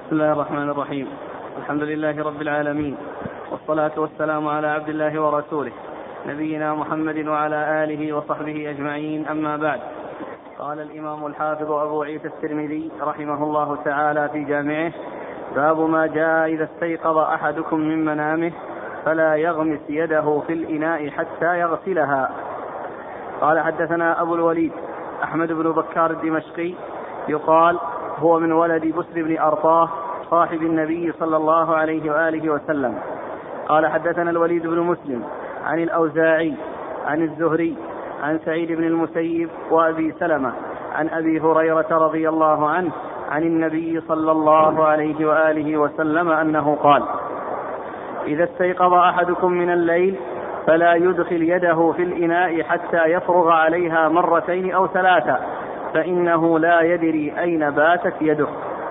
بسم الله الرحمن الرحيم. الحمد لله رب العالمين، والصلاة والسلام على عبد الله ورسوله نبينا محمد وعلى آله وصحبه أجمعين، أما بعد. قال الإمام الحافظ أبو عيسى الترمذي رحمه الله تعالى في جامعه: باب ما جاء إذا استيقظ أحدكم من منامه فلا يغمس يده في الإناء حتى يغسلها. قال: حدثنا أبو الوليد أحمد بن بكار الدمشقي، يقال هو من ولد بسر بن أرطاه صاحب النبي صلى الله عليه وآله وسلم. قال: حدثنا الوليد بن مسلم عن الأوزاعي عن الزهري عن سعيد بن المسيب وأبي سلمة عن أبي هريرة رضي الله عنه عن النبي صلى الله عليه وآله وسلم أنه قال: إذا استيقظ أحدكم من الليل فلا يدخل يده في الإناء حتى يفرغ عليها مرتين أو ثلاثة، فإنه لا يدري أين باتت يده.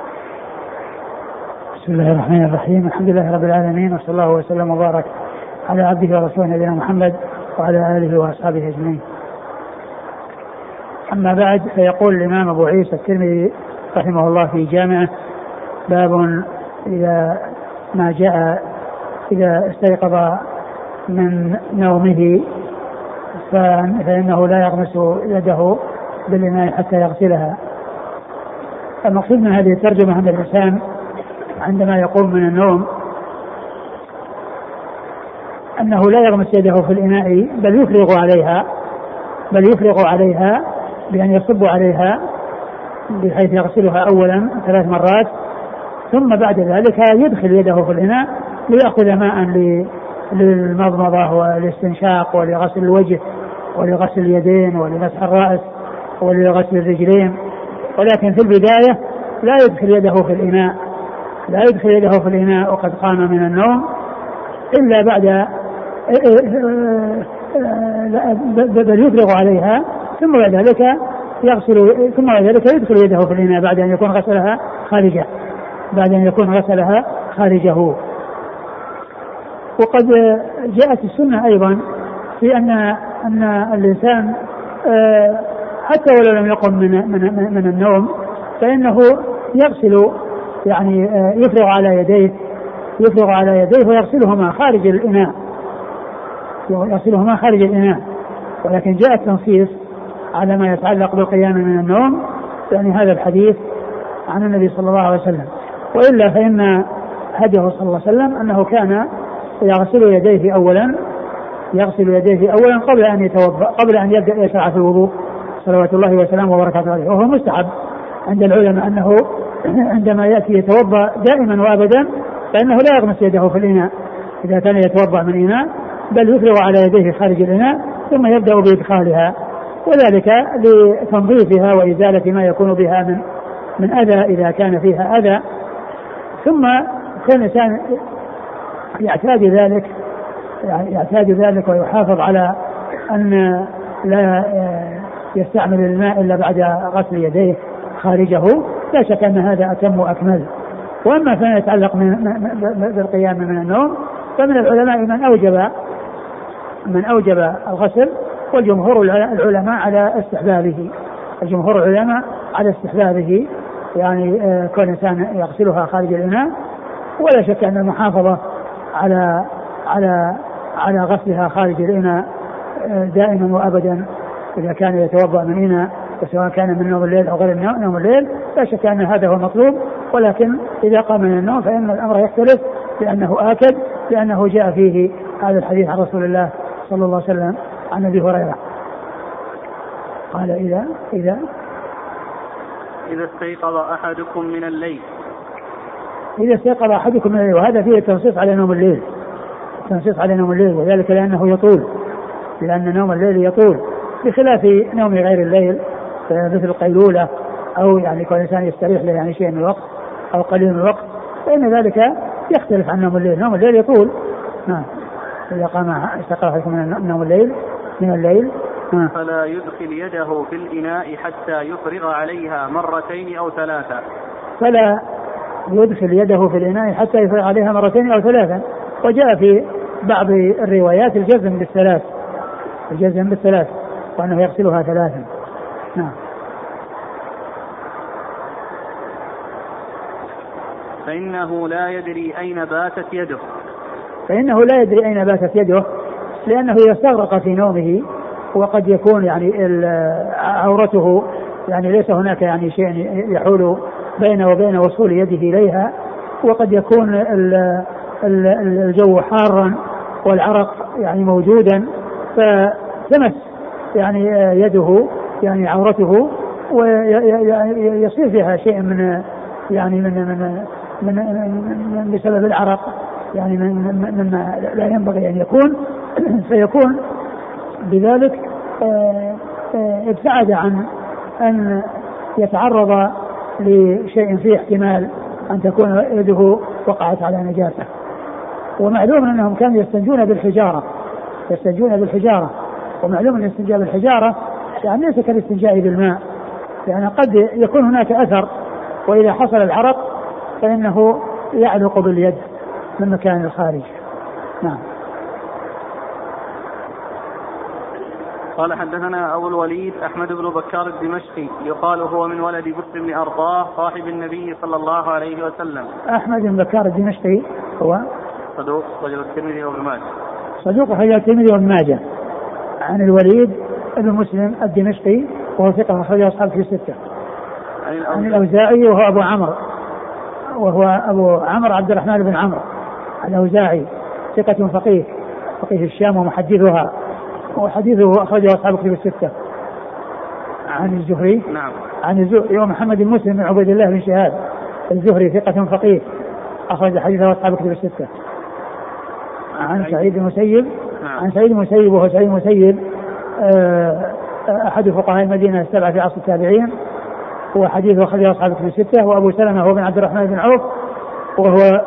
بسم الله الرحمن الرحيم. الحمد لله رب العالمين، وصلى الله وسلم وبارك على عبده ورسوله نبينا محمد وعلى آله وأصحابه أجمعين. أما بعد، فيقول الإمام أبو عيسى الترمذي رحمه الله في جامعه: باب إذا ما جاء إذا استيقظ من نومه فإنه لا يغمس يده بالإناء حتى يغسلها. المقصود من هذه الترجمة أن الإنسان عندما يقوم من النوم أنه لا يغمس يده في الإناء، بل يفرغ عليها بأن يصب عليها بحيث يغسلها أولا 3 مرات، ثم بعد ذلك يدخل يده في الإناء ليأخذ ماء للمضمضة والاستنشاق ولغسل الوجه ولغسل اليدين ولمسح الرأس ولغسل الرجلين. ولكن في البداية لا يدخل يده في الإناء وقد قام من النوم إلا بعد بل يفرغ عليها، ثم بعد ذلك يدخل يده في الإناء بعد أن يكون غسلها خارجه. وقد جاءت السنة أيضا في أن الإنسان حتى ولو لم يقم من النوم فإنه يغسل، يعني يفرغ على يديه ويغسلهما خارج الإناء. ولكن جاء التنصيص على ما يتعلق بالقيام من النوم، يعني هذا الحديث عن النبي صلى الله عليه وسلم. وإلا فإن هديه صلى الله عليه وسلم أنه كان يغسل يديه أولا قبل أن يبدأ يشرع في الوضوء صلوات الله وسلامه وبركاته عليه. وهو مستحب عند العلماء أنه عندما يأتي يتوضأ دائما وأبدا فإنه لا يغمس يده في الإناء إذا كان يتوضأ من إناء، بل يفرغ على يديه خارج الإناء ثم يبدأ بإدخالها، وذلك لتنظيفها وإزالة ما يكون بها من أذى إذا كان فيها أذى. ثم كان الإنسان يعتاد ذلك ويحافظ على أن لا يستعمل الماء إلا بعد غسل يديه خارجه. لا شك أن هذا أتم وأكمل. وأما فيما يتعلق بالقيام من النوم فمن العلماء من أوجب الغسل، والجمهور العلماء على استحبابه، يعني كل إنسان يغسلها خارج الإناء. ولا شك أن المحافظة على غسلها خارج الإناء دائما وأبدا إذا كان يتوضأ من إناء، وسواء كان من نوم الليل أو غير نوم الليل، لا شك أن هذا هو المطلوب. ولكن إذا قام من النوم فإن الأمر يختلف، لأنه جاء فيه هذا الحديث عن رسول الله صلى الله عليه وسلم عن أبي هريرة قال: إذا استيقظ أحدكم من الليل. وهذا فيه التنصيص على نوم الليل، وذلك لأنه يطول، لأن نوم الليل يطول بخلاف نوم غير الليل مثل القيلولة، أو يعني كل إنسان يستريح له يعني شيء من الوقت أو قليل من الوقت، فإن ذلك يختلف عن نوم الليل يطول. إذا استيقظ أحدكم من نوم الليل فلا يدخل يده في الإناء حتى يفرغ عليها مرتين أو ثلاثة. وجاء في بعض الروايات الجزم بالثلاث وأنه يغسلها 3. نعم. فإنه لا يدري أين باتت يده. فإنه لا يدري أين باتت يده، لأنه يستغرق في نومه، وقد يكون يعني عورته يعني ليس هناك يعني شيء يحول بينه وبين وصول يده إليها، وقد يكون الجو حارا والعرق يعني موجودا، فتمس يعني يده يعني عورته ويصير فيها شيء من يعني من بسبب العرق، يعني مما لا ينبغي أن يكون، فيكون بذلك ابتعد عن أن يتعرض لشيء فيه احتمال أن تكون يده وقعت على نجاسة. ومعلوم أنهم كانوا يستنجون بالحجارة، ومعلوم أن الاستنجاء بالحجارة يعني ليس كالاستنجاء بالماء، يعني قد يكون هناك أثر، وإذا حصل العرق فإنه يعلق باليد من مكان الخارج. نعم. قال حدثنا أبو الوليد أحمد بن بكار الدمشقي يقال هو من ولد بكر بن أرطاه صاحب النبي صلى الله عليه وسلم. أحمد بن بكار الدمشقي هو صدوق رجل الترمذي وابن ماجه. صدوق رجل الترمذي وابن ماجه. عن الوليد بن مسلم الدمشقي وهو ثقة أخرجه أصحاب في الستة. عن الأوزاعي وهو أبو عمرو، وهو أبو عمرو عبد الرحمن بن عمرو الأوزاعي، ثقة فقيه الشام ومحدثها، وحديثه أخرجه أصحاب في الستة. عن الزهري. نعم. عن الزهري ومحمد بن مسلم بن عبيد الله بن شهاب الزهري ثقة فقيه أخرج حديثه أصحاب في الستة. عن سعيد المسيب. عن سعيد المسيب وهو سعيد المسيب أحد فقهاء المدينة السبعة في عصر التابعين، وحديثه أخرجه أصحاب في الستة. وأبو سلمة هو بن عبد الرحمن بن عوف وهو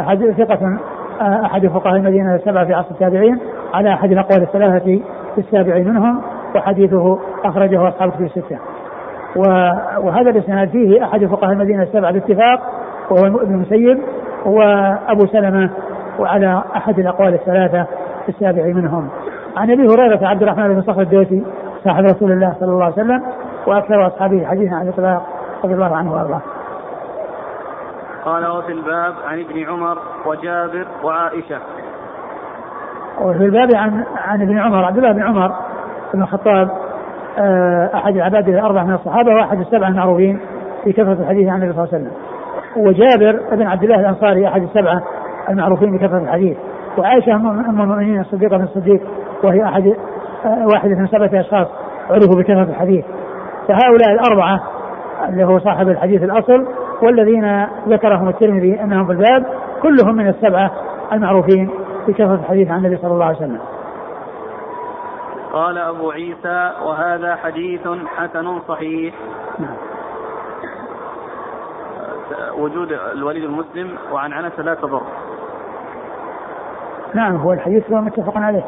أحد فقهاء المدينة السبعة في عصر التابعين على أحد الأقوال الثلاثة في السابع منهم، وحديثه أخرجه أصحاب في الستة. وهذا الإسناد فيه أحد فقهاء المدينة السبعة باتفاق وهو ابن المسيب وأبو سلمة، وعلى أحد الأقوال الثلاثة في السابع منهم. عن أبي هريرة عبد الرحمن بن صخر الدوسي صاحب رسول الله صلى الله عليه وسلم وأكثر أصحابه حديثا عن الإطلاق رضي الله عنه وأرضاه. قال وفي الباب عن ابن عمر وجابر وعائشة. وفي الباب عن ابن عمر عبد الله بن عمر بن الخطاب أحد العباد الأربعة من الصحابة وأحد السبعة المعروفين في كثرة الحديث عن النبي صلى الله عليه وسلم. وجابر بن عبد الله الأنصاري أحد السبعة المعروفين بكثرة الحديث. وعائشة أم المؤمنين الصديقة بن الصديق وهي واحدة من 7 أشخاص عرفوا بكثرة الحديث. فهؤلاء الأربعة اللي هو صاحب الحديث الأصل والذين ذكرهم الترمذي أنهم في الباب كلهم من 7 المعروفين بكثرة الحديث عن النبي صلى الله عليه وسلم. قال أبو عيسى وهذا حديث حسن صحيح. وجود الوليد المسلم وعن عنس لا تضر. نعم هو الحديث هو متفق عليه.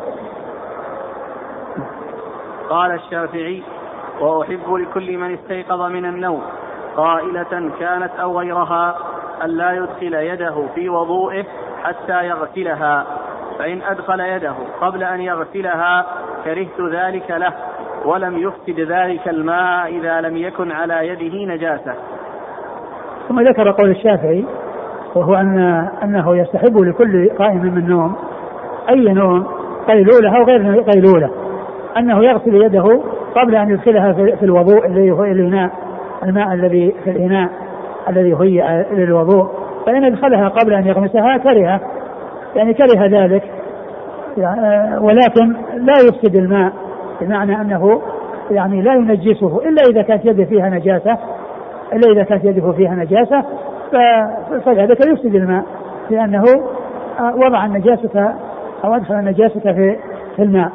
قال الشافعي وأحب لكل من استيقظ من النوم قائلة كانت أو غيرها ألا يدخل يده في وضوئه حتى يغسلها، فإن أدخل يده قبل أن يغسلها كرهت ذلك له، ولم يفسد ذلك الماء إذا لم يكن على يده نجاسة. ثم ذكر قول الشافعي وهو أنه يستحب لكل قائم من النوم أي نوم قيلولة أو غير قيلولة أنه يغسل يده قبل أن يدخلها في الوضوء الذي هو الإناء، الماء الذي في الإناء الذي هي للوضوء، فإن أدخلها قبل أن يغمسها كره ذلك، ولكن لا يفسد الماء، بمعنى أنه يعني لا ينجسه إلا إذا كانت يده فيها نجاسة، فذلك يفسد الماء لأنه وضع النجاسة أو أدخل النجاسة في الماء.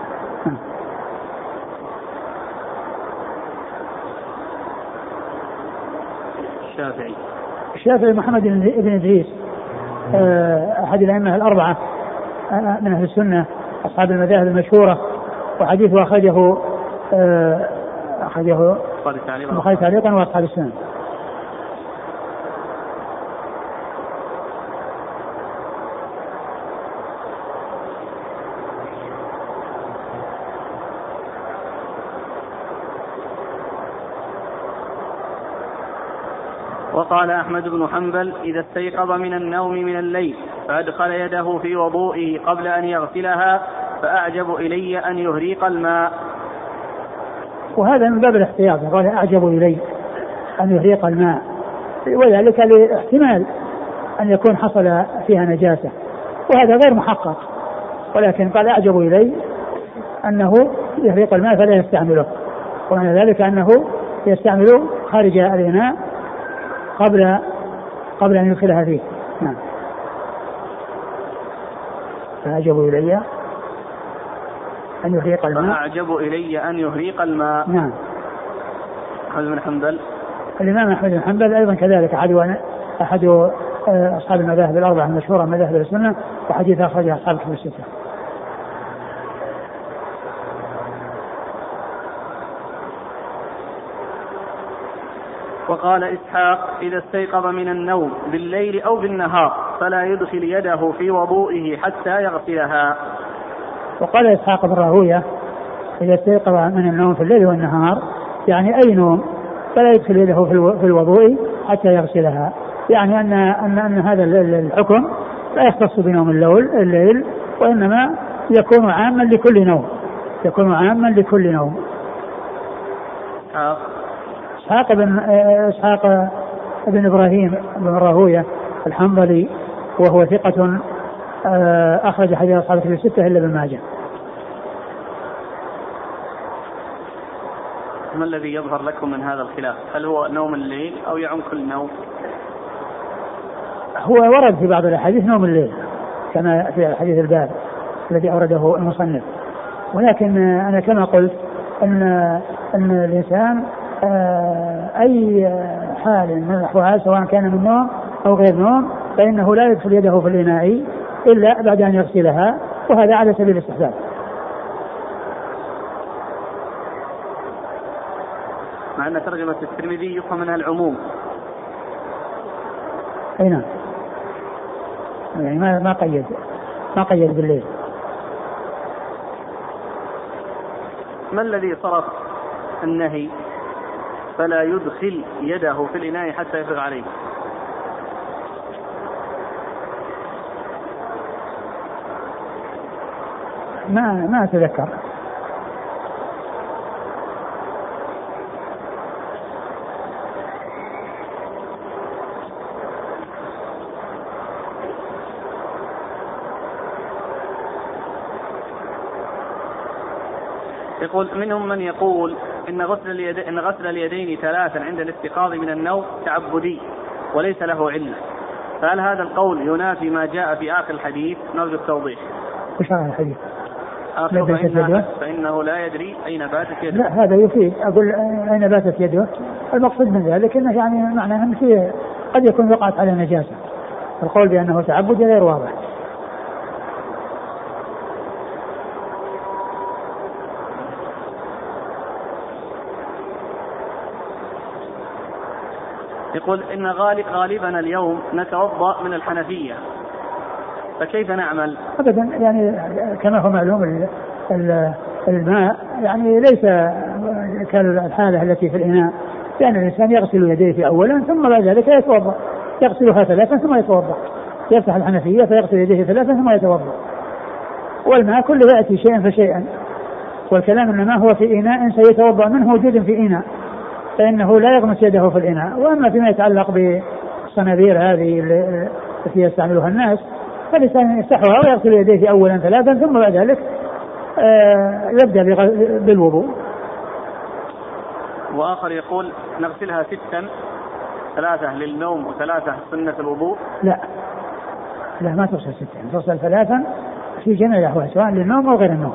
الشافعي محمد بن إدريس أحد الأئمة الأربعة من أهل السنة أصحاب المذاهب المشهورة، وحديثه أخرجه البخاري تعليقا وأصحاب السنة. وقال أحمد بن حنبل: إذا استيقظ من النوم من الليل فأدخل يده في وضوئه قبل أن يغسلها فأعجب إلي أن يهريق الماء. وهذا من باب الاحتياط، قال أعجب إلي أن يهريق الماء، وذلك لاحتمال أن يكون حصل فيها نجاسة، وهذا غير محقق، ولكن قال أعجب إلي أنه يهريق الماء فلا يستعمله، ومعنى ذلك أنه يستعمله خارج الإناء قبل أن يدخلها فيه. نعم. فأعجب إلي أن يهريق الماء. فأعجب إلي أن يهريق الماء. نعم. أحمد بن حنبل. الإمام أحمد بن حنبل أيضا كذلك أحد أصحاب المذاهب الأربعة المشهورة من مذاهب السنة، وحديث أخرجه أصحاب الكتب الستة. وقال إسحاق: إذا استيقظ من النوم بالليل أو بالنهار فلا يدخل يده في وضوئه حتى يغسلها. وقال إسحاق بن راهوية: إذا استيقظ من النوم في الليل والنهار، يعني أي نوم، فلا يدخل يده في الوضوء حتى يغسلها، يعني أن هذا الحكم لا يختص بنوم الليل، وإنما يكون عاما لكل نوم، يكون عاما لكل نوم. إسحاق بن إبراهيم بن راهوية الحنظلي، وهو ثقة أخرج حديث أصحاب الكتب الستة إلا ابن ماجه. ما الذي يظهر لكم من هذا الخلاف؟ هل هو نوم الليل أو يعم كل نوم؟ هو ورد في بعض الأحاديث نوم الليل كما في حديث الباب الذي أورده المصنف، ولكن أنا كما قلت أن الإنسان أي حال من الأحوال سواء كان من نوم أو غير نوم فإنه لا يدخل يده في الإناء إلا بعد أن يغسلها، وهذا على سبيل الاستحباب. مع أن ترجمة الترمذي يفهم منها العموم. أي نعم، يعني ما قيد بالليل. ما الذي صرف النهي فلا يدخل يده في الإناء حتى يفرغ عليه؟ ما أتذكر. يقول: منهم من يقول إن غسل اليدين ثلاثا عند الاستيقاظ من النوم تعبدي وليس له علة، فهل هذا القول ينافي ما جاء في آخر الحديث؟ نرجو التوضيح. وش هذا الحديث؟ فإنه لا يدري أين باتت يده. لا، هذا يفيد. أقول أين باتت يده، المقصود من ذلك أنه يعني معناه أن فيه قد يكون وقعت على نجاسة، القول بأنه تعبد غير واضح. يقول: إن غالبنا اليوم نتوضأ من الحنفية، فكيف نعمل؟ أبدا، يعني كما هو معلوم الماء يعني ليس كالحالة التي في الإناء، لأن الإنسان يغسل يديه أولا ثم بعد ذلك يتوضأ، يغسلها ثلاثا ثم يتوضأ، يفتح الحنفية فيغسل يديه ثلاثا ثم يتوضأ، والماء كله يأتي شيئا فشيئا، والكلام إنما هو في إناء سيتوضأ منه وجود في إناء، فإنه لا يغمس يده في الإناء. وأما فيما يتعلق بالصنابير هذه التي يستعملها الناس، فالإنسان يفتحها ويغسل يديه أولا ثلاثا ثم بعد ذلك يبدأ بالوضوء. وآخر يقول: نغسلها ستا، ثلاثة للنوم وثلاثة سنة الوضوء. لا ما تغسل ستا، تغسل ثلاثا في جميع الأحوال سواء للنوم أو غير النوم.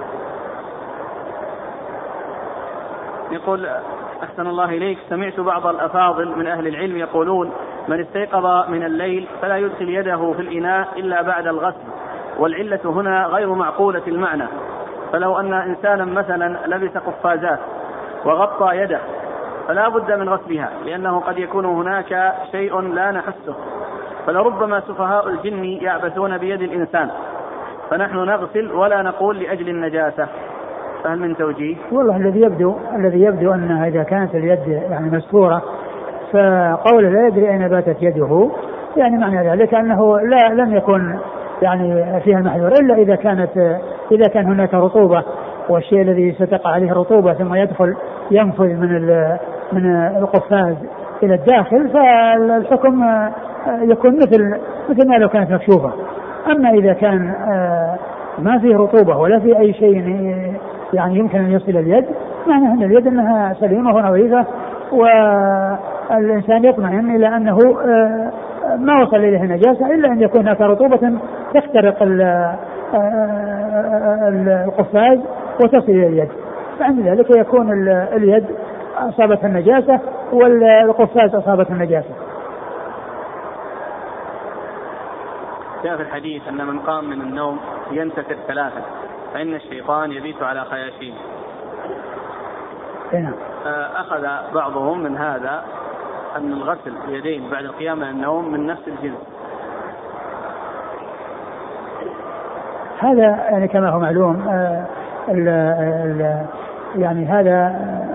يقول: أحسن الله إليك، سمعت بعض الأفاضل من أهل العلم يقولون: من استيقظ من الليل فلا يدخل يده في الإناء إلا بعد الغسل، والعلة هنا غير معقولة المعنى، فلو أن إنسانا مثلا لبس قفازات وغطى يده فلا بد من غسلها، لأنه قد يكون هناك شيء لا نحسه، فلربما سفهاء الجن يعبثون بيد الإنسان، فنحن نغسل ولا نقول لأجل النجاسة، فهل من توجيه؟ والله الذي يبدو أنها إذا كانت اليد يعني مستورة فقول لا يدري أين باتت يده يعني معنى ذلك أنه لم يكن يعني فيها المحذور إلا إذا كان هناك رطوبة، والشيء الذي ستقع عليه رطوبة ثم ينفذ من القفاز إلى الداخل، فالحكم يكون مثل ما لو كانت مكشوفة. أما إذا كان ما فيه رطوبة ولا في أي شيء يعني يمكن أن يصل اليد، معنى أن اليد أنها سليمة ونظيفة، والإنسان يطمئن إلى أنه ما وصل إليه النجاسة إلا أن يكون هناك رطوبة تخترق القفاز وتصل إلى اليد، فعند ذلك يكون اليد أصابت النجاسة والقفاز أصابت النجاسة. جاء في الحديث أن من قام من النوم ينتكر ثلاثة فإن الشيطان يبيت على خياشيم. أخذ بعضهم من هذا أن الغسل اليدين بعد القيام من النوم من نفس الجنس. هذا يعني كما هو معلوم يعني هذا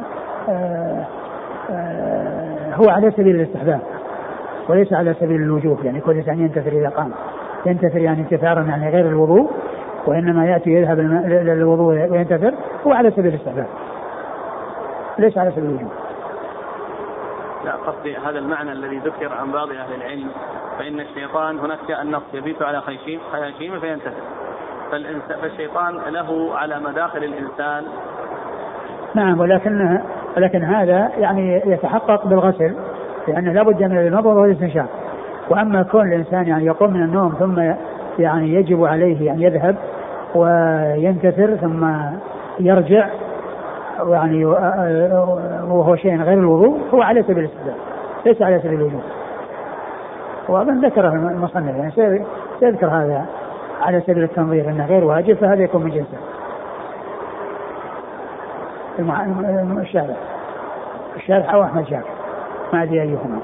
هو على سبيل الاستحباب وليس على سبيل الوجوب. يعني كل إنسان ينتثر إذا قام، ينتثر يعني انتثارا يعني غير الوضوء، وإنما يأتي يذهب للوضوء وينتثر، هو على سبيل الاستحباب ليس على سبيل الوجوب. لا، قصدي هذا المعنى الذي ذكر عن بعض أهل العلم، فإن الشيطان هناك جاء النص يبيت على خياشيم فينتثر، فالشيطان له على مداخل الإنسان. نعم، ولكن هذا يعني يتحقق بالغسل، لأنه لا بد من المضمضة والاستنشاق. وأما كون الإنسان يعني يقوم من النوم ثم يعني يجب عليه أن يذهب وينتثر ثم يرجع يعني وهو شيء غير الوضوء، هو على سبيل الاستحباب ليس على سبيل الوجوب. ومن ذكره المصنف يعني سيذكر هذا على سبيل التنظير أنه غير واجب، فهذا يكون من جنسه. الشارع أو أحمد شاكر ما أدري أيهما.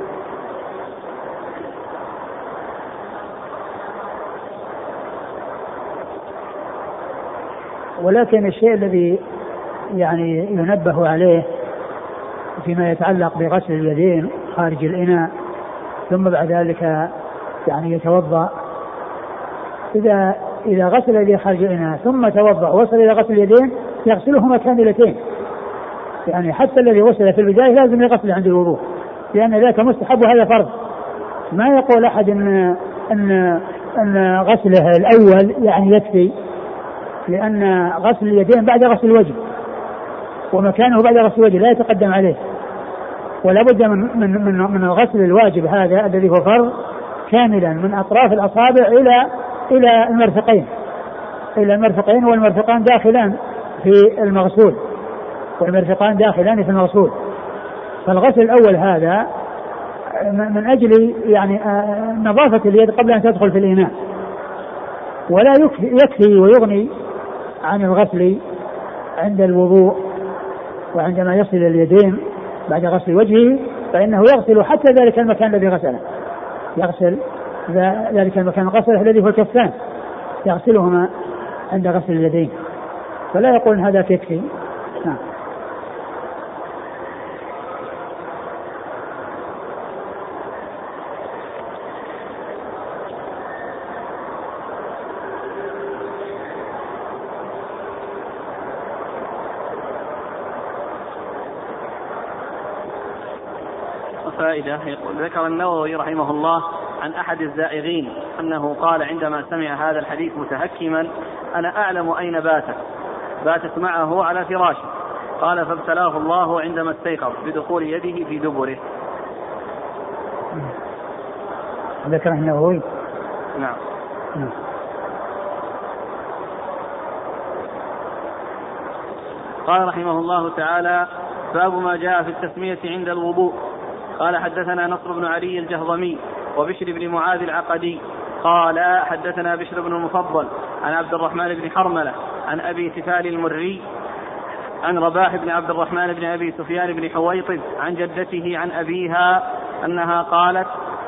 ولكن الشيء الذي يعني ينبه عليه فيما يتعلق بغسل اليدين خارج الإناء ثم بعد ذلك يعني يتوضأ، إذا غسل اليدين خارج الإناء ثم توضأ وصل إلى غسل اليدين يغسلهما كاملتين، يعني حتى الذي غسل في البداية لازم يغسل عند الوضوء، لأن ذاك مستحب وهذا فرض. ما يقول أحد أن غسله الأول يعني يكفي، لأن غسل اليدين بعد غسل الوجه، ومكانه بعد غسل الوجه لا يتقدم عليه، ولا بد من الغسل الواجب هذا الذي هو فرض كاملا من أطراف الأصابع إلى المرفقين، والمرفقان داخلان في المغسول، والمرفقان داخلان في المغسول. فالغسل الأول هذا من أجل يعني نظافة اليد قبل أن تدخل في الإناء، ولا يكفي ويغني عن الغسل عند الوضوء، وعندما يصل اليدين بعد غسل وجهه فإنه يغسل حتى ذلك المكان الذي غسله، يغسل ذلك المكان غسله الذي هو الكفان، يغسلهما عند غسل اليدين، فلا يقول هذا يكفي. نعم. فائدة. ذكر النووي رحمه الله عن أحد الزائغين أنه قال عندما سمع هذا الحديث متهكما: أنا أعلم أين باتت معه على فراشه. قال: فابتلاه الله عندما استيقظ بدخول يده في دبره. ذكر النووي. نعم. قال رحمه الله تعالى: باب ما جاء في التسمية عند الوضوء. قال: حدثنا نصر بن علي الجهضمي وبشر بن معاذ العقدي قال: حدثنا بشر بن المفضل عن عبد الرحمن بن حرملة عن أبي تفال المري عن رباح بن عبد الرحمن بن أبي سفيان بن حويطب عن جدته عن أبيها أنها قالت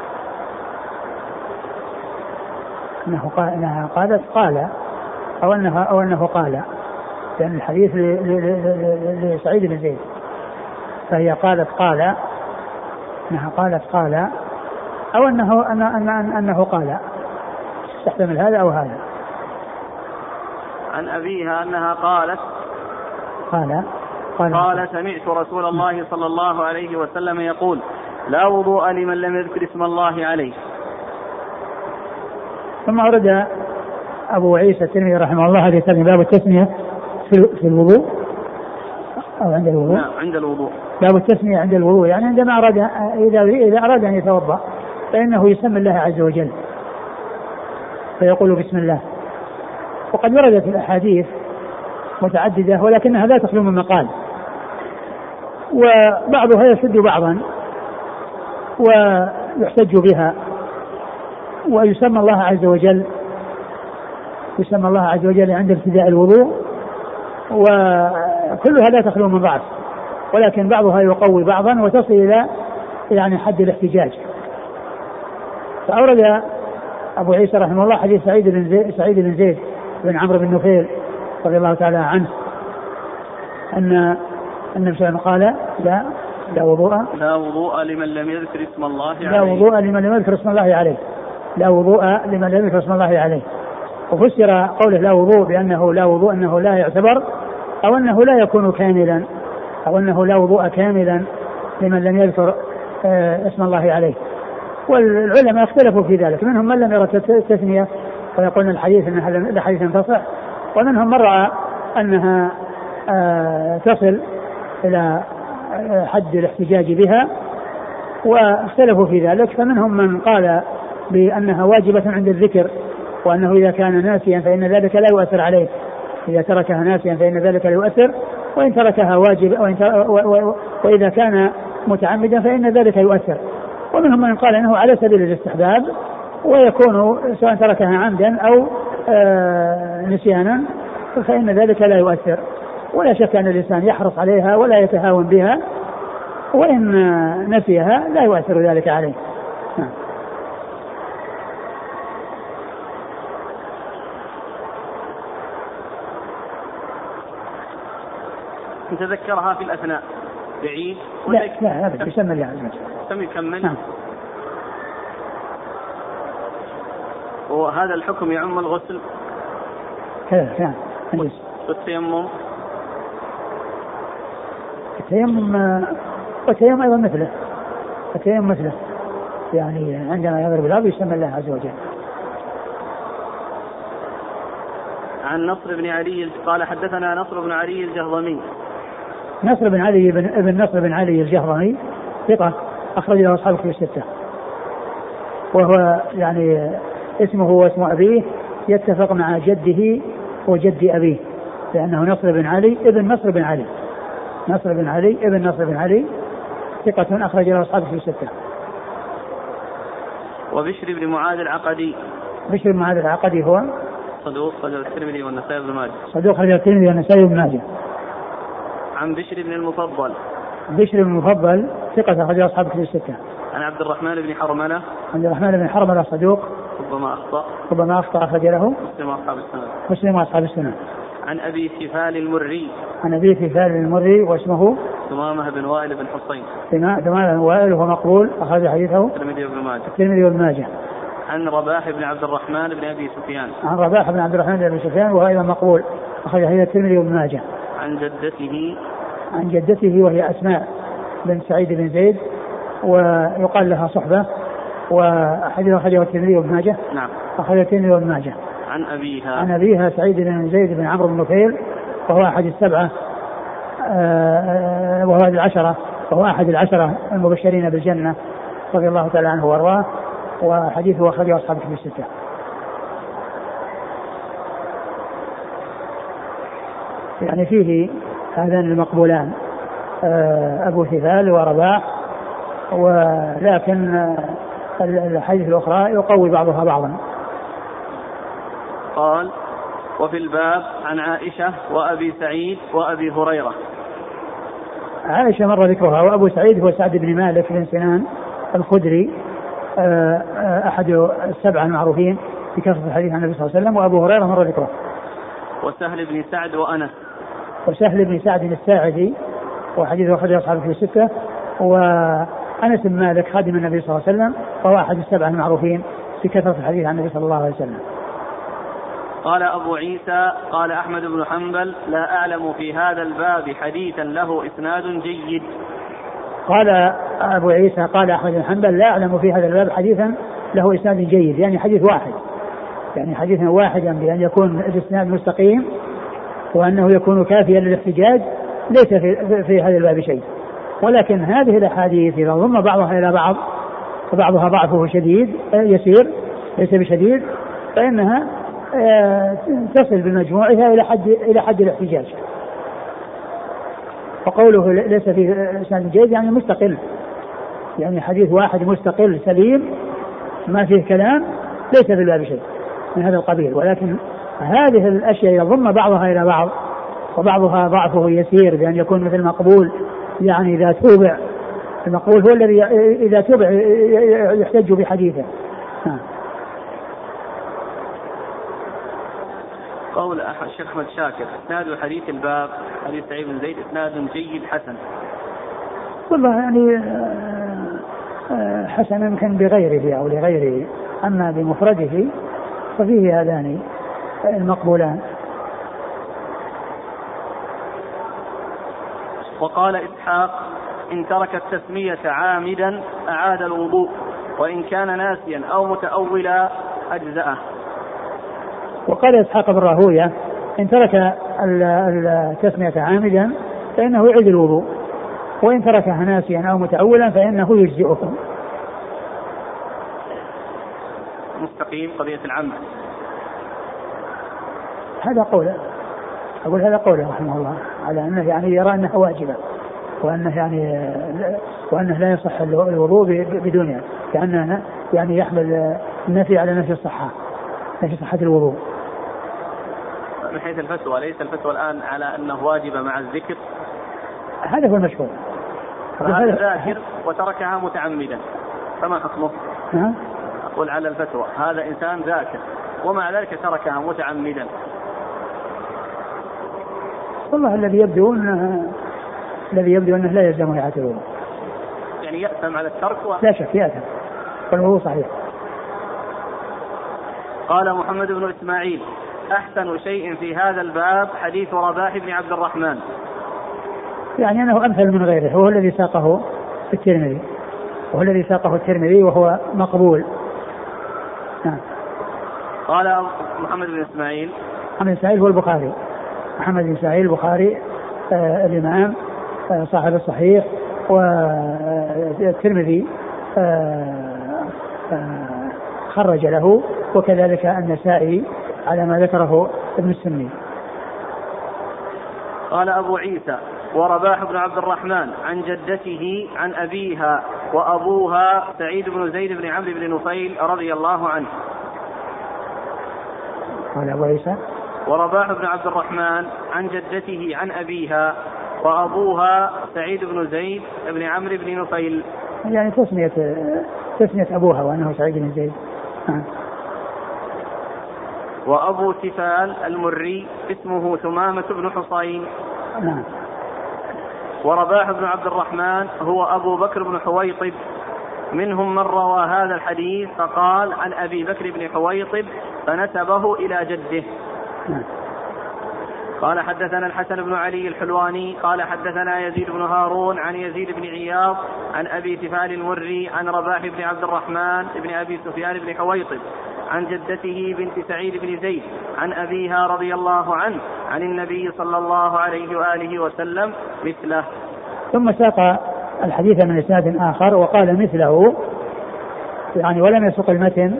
أنها قالت قال أو أنه قال، لأن الحديث لسعيد بن زيد، فهي قالت قال أنها قالت قال، أو أنه قال، تحتمل هذا أو هذا. عن أبيها أنها قالت قال سمعت رسول الله صلى الله عليه وسلم يقول لا وضوء لمن لم يذكر اسم الله عليه. ثم أورد أبو عيسى الترمذي رحمه الله هذه باب التسمية في الوضوء أو عند الوضوء. نعم عند الوضوء. باب التسمية عند الوضوء، يعني عندما أراد إذا أراد أن يتوضأ فإنه يسمي الله عز وجل فيقول بسم الله. وقد وردت الأحاديث متعددة ولكنها لا تخلو من مقال، وبعضها يشد بعضا ويحتج بها، ويسمى الله عز وجل عند ابتداء الوضوء، وكلها لا تخلو من ضعف، ولكن بعضها يقوي بعضا وتصل إلى يعني حد الاحتجاج. فأورد أبو عيسى رحمه الله حديث سعيد بن زيد بن عمرو بن نفيل رضي الله تعالى عنه أن النبي صلى الله عليه وسلم قال لا وضوء لمن لم يذكر اسم الله عليه. لا وضوء لمن لم يذكر اسم الله عليه. لا وضوء لمن لم يذكر اسم الله عليه. وفسر قوله لا وضوء بأنه لا وضوء أنه لا يعتبر، أو أنه لا يكون كاملا، أو أنه لا وضوء كاملا لمن لم يذكر اسم الله عليه. والعلماء اختلفوا في ذلك، منهم من لم يرى التثنية ويقول الحديث أنها الحديث تصح، ومنهم من رأى أنها تصل إلى حد الاحتجاج بها واختلفوا في ذلك. فمنهم من قال بأنها واجبة عند الذكر، وأنه إذا كان ناسيا فإن ذلك لا يؤثر عليه، إذا تركها ناسيا فإن ذلك لا يؤثر، وإن تركها واجب وإذا كان متعمدا فإن ذلك يؤثر. ومنهم من قال أنه على سبيل الاستحباب، ويكون سواء تركها عمدا أو نسيانا فإن ذلك لا يؤثر، ولا شك أن الإنسان يحرص عليها ولا يتهاون بها، وإن نسيها لا يؤثر ذلك عليه. تذكرها في الأثناء بعيد؟ لا أبدا، يسمى الله عز وجل. يكمل. نعم. وهذا الحكم يعم الغسل كذا والتيمم. التيمم أيضا مثله، يعني عندما يضرب الأرض يسمى الله عز وجل. عن نصر بن علي قال حدثنا نصر بن علي الجهضمي. نصر بن علي ابن نصر بن علي الجهضمي ثقة أخرج له أصحاب الكتب الستة، وهو يعني اسمه واسم أبيه يتفق مع جده وجد أبيه، لأنه نصر بن علي ابن نصر بن علي، نصر بن علي ابن نصر بن علي ثقة أخرج له أصحاب الكتب الستة. وبشر بن معاذ العقدي. بشر بن معاذ العقدي هو صدوق خرج الترمذي والنسائي بن ماجه. صدوق خرج الترمذي والنسائي بن ماجه. عن بشر بن المفضل. بشر بن المفضل ثقة أخرج له أصحاب الكتب الستة. عن عبد الرحمن بن حرملة. عبد الرحمن بن حرملة صدوق ربما أخطأ أخرج له مسلم وأصحاب السنة. عن أبي ثفال المري. عن أبي ثفال المري واسمه ثمامة بن وائل بن حصين. ثمامة بن وائل وهو مقبول أخرج حديثه الترمذي وابن ماجه. عن رباح بن عبد الرحمن بن أبي سفيان. عن رباح بن عبد الرحمن بن أبي سفيان وهو أيضا مقبول أخرج حديث الترمذي وابن ماجه. عن جدته وهي أسماء بن سعيد بن زيد ويقال لها صحبة، وحديث أخرجه الترمذي وابن ماجه. نعم. أخرج الترمذي وابن ماجه. عن أبيها سعيد بن زيد بن عمرو بن نفيل وهو أحد السبعة وهو أحد العشرة المبشرين بالجنة رضي الله تعالى عنه وارضاه، وحديثه أخرجه أصحاب الكتب الستة. يعني فيه هذان المقبولان أبو ثفال ورباح، ولكن الحديث الأخرى يقوي بعضها بعضا. قال وفي الباب عن عائشة وأبي سعيد وأبي هريرة. عائشة مر ذكرها، وأبو سعيد هو سعد بن مالك بن سنان الخدري أحد السبعة المعروفين في كثرة الحديث عن النبي صلى الله عليه وسلم، وأبو هريرة مر ذكره. وسهل بن سعد وأنس. وسهل بن سعد الساعدي وحديثه أخرجه أصحاب الكتب الستة، أنس بن مالك خادم النبي صلى الله عليه وسلم، وهو أحد السبعة المعروفين بكثرة الحديث عن النبي صلى الله عليه وسلم. قال أبو عيسى قال أحمد بن حنبل لا أعلم في هذا الباب حديثا له إسناد جيد. قال أبو عيسى قال أحمد بن حنبل لا أعلم في هذا الباب حديثا له إسناد جيد، يعني حديث واحد، يعني حديثا واحدا بأن يكون الإسناد مستقيم وأنه يكون كافيا للاحتجاج، ليس في هذا الباب شيء. ولكن هذه الأحاديث إذا ضم بعضها إلى بعض وبعضها ضعفه شديد يسير ليس بشديد، فإنها تصل بمجموعها إلى حد الاحتجاج. وقوله ليس في إسناد جيد يعني مستقل، يعني حديث واحد مستقل سليم ما فيه كلام ليس في الباب شيء من هذا القبيل. ولكن هذه الأشياء يضم بعضها إلى بعض وبعضها ضعفه يسير بأن يكون مثل مقبول، يعني إذا توبع المقبول هو الذي إذا توبع يحتج بحديثه. قول الشيخ أحمد شاكر إسناد حديث الباب حديث سعيد بن زيد إسناد جيد حسن. والله يعني حسن يمكن بغيره أو لغيره، أما بمفرده ففيه هذان المقبولان. وقال إسحاق إن ترك التسمية عامدا أعاد الوضوء وإن كان ناسيا أو متأولا أجزأه. وقال إسحاق بن راهوية إن ترك التسمية عامدا فإنه يعيد الوضوء وإن تركها ناسيا أو متأولا فإنه يجزئه. مستقيم قضية العمد هذا قوله، أقول هذا قوله رحمه الله على أنه يعني يرى أنها واجبة وأنه لا يصح الوضوء بدونها، كأنه يعني يحمل النفي على نفي الصحة، نفي صحة الوضوء. من حيث الفتوى ليس الفتوى الآن على أنه واجب مع الذكر، هذا هو المشهور. هذا ذاكر وتركها متعمدا فما حكمه؟ أقول على الفتوى هذا إنسان ذاكر ومع ذلك تركها متعمدا. والله الذي يبدو أنه لا يلزم إعادة الوضوء، يعني يأثم على الترك لا شك يأثم والوضوء صحيح. قال محمد بن إسماعيل أحسن شيء في هذا الباب حديث رباح بن عبد الرحمن، يعني أنه أمثل من غيره، هو الذي ساقه الترمذي وهو مقبول. قال محمد بن إسماعيل هو البخاري، محمد بن إسماعيل البخاري الإمام صاحب الصحيح، والترمذي خرج له، وكذلك النسائي على ما ذكره ابن السني. قال أبو عيسى ورباح بن عبد الرحمن عن جدته عن أبيها وأبوها سعيد بن زيد بن عمرو بن نفيل رضي الله عنه. قال أبو عيسى ورباح بن عبد الرحمن عن جدته عن أبيها وأبوها سعيد بن زيد بن عمرو بن نفيل، يعني تسمية أبوها وأنه سعيد بن زيد. وأبو تفال المري اسمه ثمامة بن حصين. ورباح بن عبد الرحمن هو أبو بكر بن حويطب، منهم من روى هذا الحديث فقال عن أبي بكر بن حويطب فنسبه إلى جده. قال حدثنا الحسن بن علي الحلواني قال حدثنا يزيد بن هارون عن يزيد بن عياض عن أبي تفال المري عن رباح بن عبد الرحمن بن أبي سفيان بن حويطب عن جدته بنت سعيد بن زيد عن أبيها رضي الله عنه عن النبي صلى الله عليه وآله وسلم مثله. ثم ساق الحديث من إسناد آخر وقال مثله، يعني ولم يسق المتن.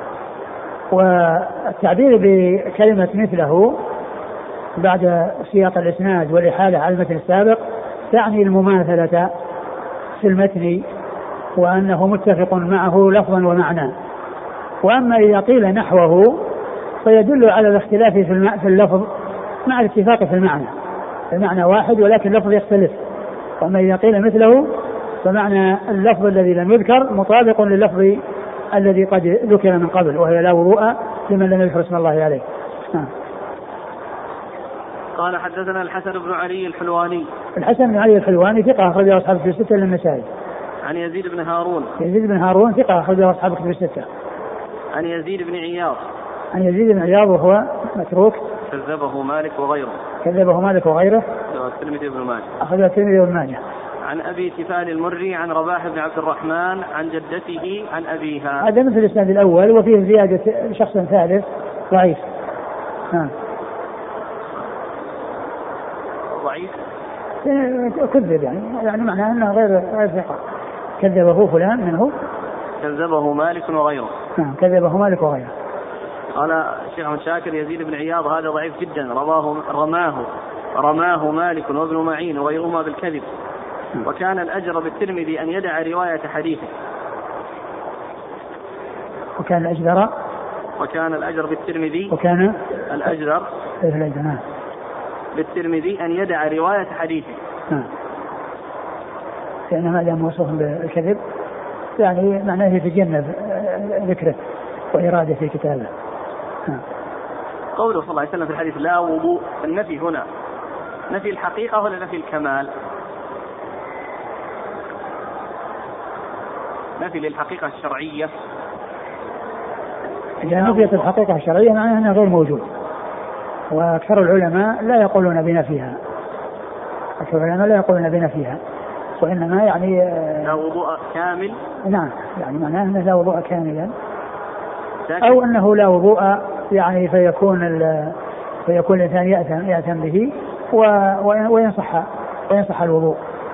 والتعبير بكلمة مثله بعد سياق الإسناد والإحالة على المتن السابق تعني المماثلة في المتن وأنه متفق معه لفظا ومعنى. وأما إذا قيل نحوه فيدل على الاختلاف في اللفظ مع الاتفاق في المعنى واحد ولكن اللفظ يختلف. وأما إذا قيل مثله فمعنى اللفظ الذي لم يذكر مطابق لللفظ الذي قد ذكر من قبل، وهي لا وضوء لمن لم يذكر اسم الله عليه. قال حدثنا الحسن بن علي الحلواني. الحسن بن علي الحلواني ثقة أخرجه أصحاب في الستة للنسائي. عن يزيد بن هارون. يزيد بن هارون ثقة أخرجه أصحاب الكتب الستة. عن يزيد بن عياض. عن يزيد بن عياض وهو متروك. كذبه مالك وغيره. كذبه مالك وغيره. الترمذي بن ماجه. أخرجه الترمذي بن ماجه. عن أبي سفال المري عن رباح بن عبد الرحمن عن جدته عن أبيها. هذا مثل الإسناد الأول وفيه زيادة شخص ثالث ضعيف. ضعيف كذب يعني معناه أنه غير ثقة. كذبه فلان منه. كذبه مالك وغيره. كذبه مالك وغيره. قال الشيخ أحمد شاكر يزيد بن عياض هذا ضعيف جدا، رماه مالك وابن معين وغيرهما بالكذب، وكان الأجر بالترمذي أن يدع رواية حديثه. وكان الأجر بالترمذي بالترمذي أن يدع رواية حديثه. لأن هذا موصوف بالكذب يعني معناه يتجنب ذكره وإرادة في كتابه. قوله صلى الله عليه وسلم في الحديث لا وضوء، النفي هنا نفي الحقيقة ولا نفي الكمال؟ نفي للحقيقة الشرعية. إذا نفيت الحقيقة الشرعية معناه أنه غير موجود، وأكثر العلماء لا يقولون بنفيها. وإنما يعني لا وضوء كامل. نعم يعني معناه أنه لا وضوء كاملا، أو أنه لا وضوء يعني فيكون الإنسان يأثم به وينصح الوضوء.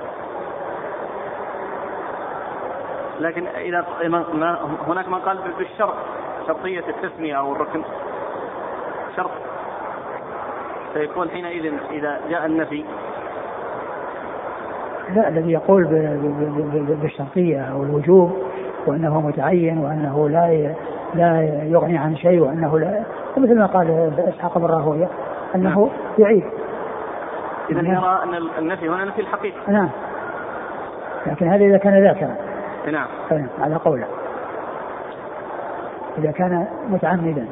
لكن إذا هناك من قال بالشرط، شرطية التسمية أو الركن شرط، فيكون حينئذ إذا جاء النفي. لا، الذي يقول بالشرطية أو الوجوب وأنه متعين وأنه لا يغني عن شيء وأنه لا، مثل ما قال إسحاق بن راهويه أنه يعيد. إذا يرى أن النفي هنا نفي الحقيقة. نعم، لكن هذا إذا كان ذاكرا. نعم على قوله إذا كان متعمدا.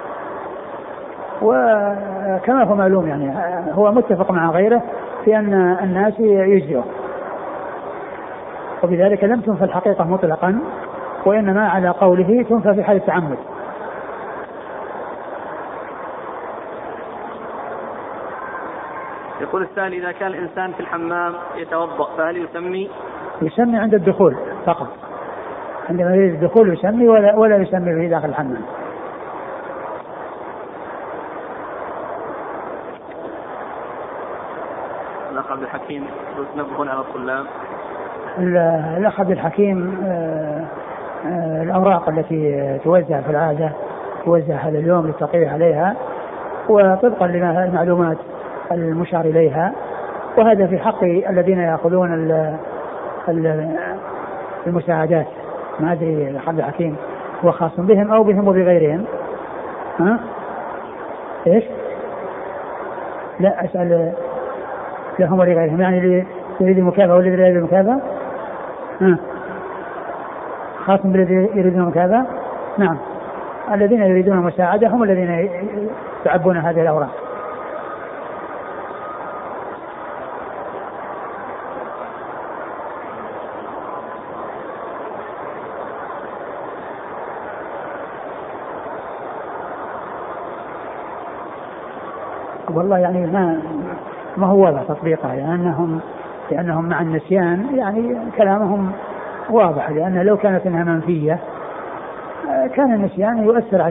وكما هو معلوم يعني هو متفق مع غيره في أن الناس يجزئه، وبذلك لم تنفى الحقيقة مطلقا، وإنما على قوله تنفى في حال التعمد. يقول السائل إذا كان الإنسان في الحمام يتوضأ فهل يسمي عند الدخول فقط، عندما يريد الدخول يسمي ولا يسمي في داخل الحمام. الأخ عبد الحكيم تنبهون على الطلاب. الأخ عبد الحكيم الأوراق التي توزع في العادة توزع هذا اليوم للتقرير عليها وطبقا للمعلومات المشار إليها، وهذا في حق الذين يأخذون المساعدات. ما أدري عبد الحكيم هو خاص بهم أو بهم وبغيرهم. إيش؟ لا أسأل لهم ولغيرهم، يعني اللي يريد المكافأة والذي لا يريد المكافأة. خاص بالذي يريدون المكافأة. نعم، الذين يريدون المساعدة هم الذين يعبون هذه الأوراق. والله يعني ما هو واضح تطبيقها، لأنهم مع النسيان يعني كلامهم واضح، لأن لو كانت انها منفية كان النسيان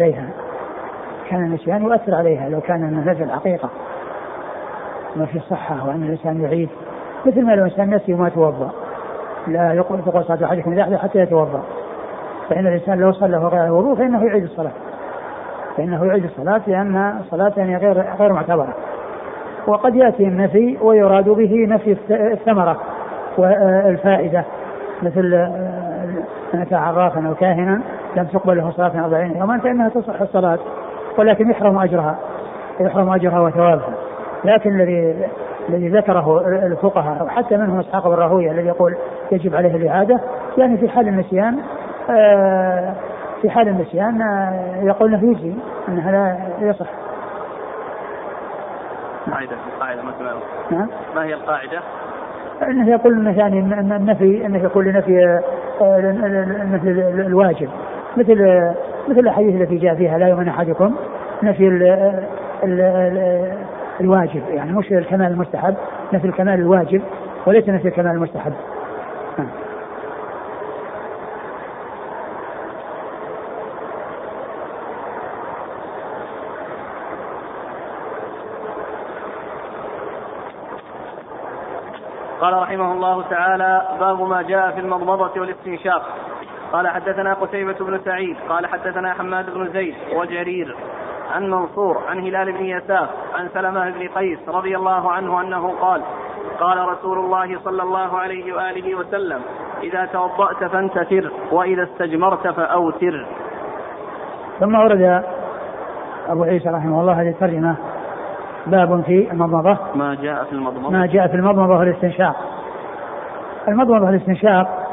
يؤثر عليها لو كان نفي الحقيقة ما في صحة، وأن الإنسان يعيد، مثل ما لو إنسان نسي وما توضأ لا تقول صلاة أحدكم إذا أحدث حتى يتوضأ، فإن الإنسان لو صلى غير الوضوء فإنه يعيد الصلاة لأن الصلاة يعني غير معتبرة. وقد يأتي النفي ويراد به نفي الثمرة والفائدة، مثل من أتى عرافا أو كاهنا لم تقبل له صلاة 40 يوما فإنها تصح الصلاة، ولكن يحرم أجرها وثوابها. لكن الذي ذكره الفقهاء وحتى منهم إسحاق بن راهويه الذي يقول يجب عليه الإعادة، يعني في حال النسيان يقول انه يجزي، انها لا يصح. قاعدة مثلا. نعم. ما هي القاعدة؟ أنه يقول أنه يعني النفي أنه يقول لنفي الواجب مثل الحديث التي جاء فيها لا يؤمن أحدكم نفي الواجب، يعني مش الكمال المستحب، نفي الكمال الواجب وليس نفي الكمال المستحب. قال رحمه الله تعالى: باب ما جاء في المضمضة والاستنشاق. قال حدثنا قتيبة بن سعيد قال حدثنا حماد بن زيد وجرير عن منصور عن هلال بن يساف عن سلمة بن قيس رضي الله عنه أنه قال: قال رسول الله صلى الله عليه وآله وسلم: إذا توضأت فانتثر وإذا استجمرت فأوتر. ثم ورد أبو عيسى رحمه الله هذه الترجمة: باب في المضمضة ما جاء في المضمضة والاستنشاق. المضمضة والاستنشاق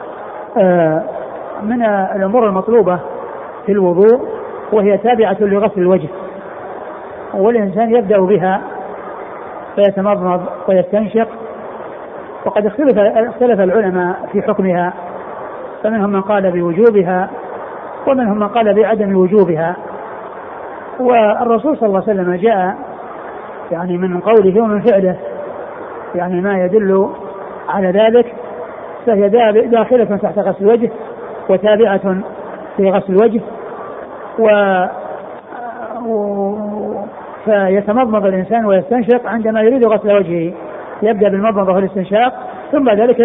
من الأمور المطلوبة في الوضوء، وهي تابعة لغسل الوجه، والإنسان يبدأ بها فيتمضمض ويستنشق. وقد اختلف العلماء في حكمها، فمنهم من قال بوجوبها ومنهم من قال بعدم وجوبها. والرسول صلى الله عليه وسلم جاء يعني من قوله ومن فعله يعني ما يدل على ذلك، فهي داخلة تحت غسل الوجه وتابعة في غسل الوجه. فيتمضمض الإنسان ويستنشق عندما يريد غسل وجهه، يبدأ بالمضمضة والاستنشاق ثم بعد ذلك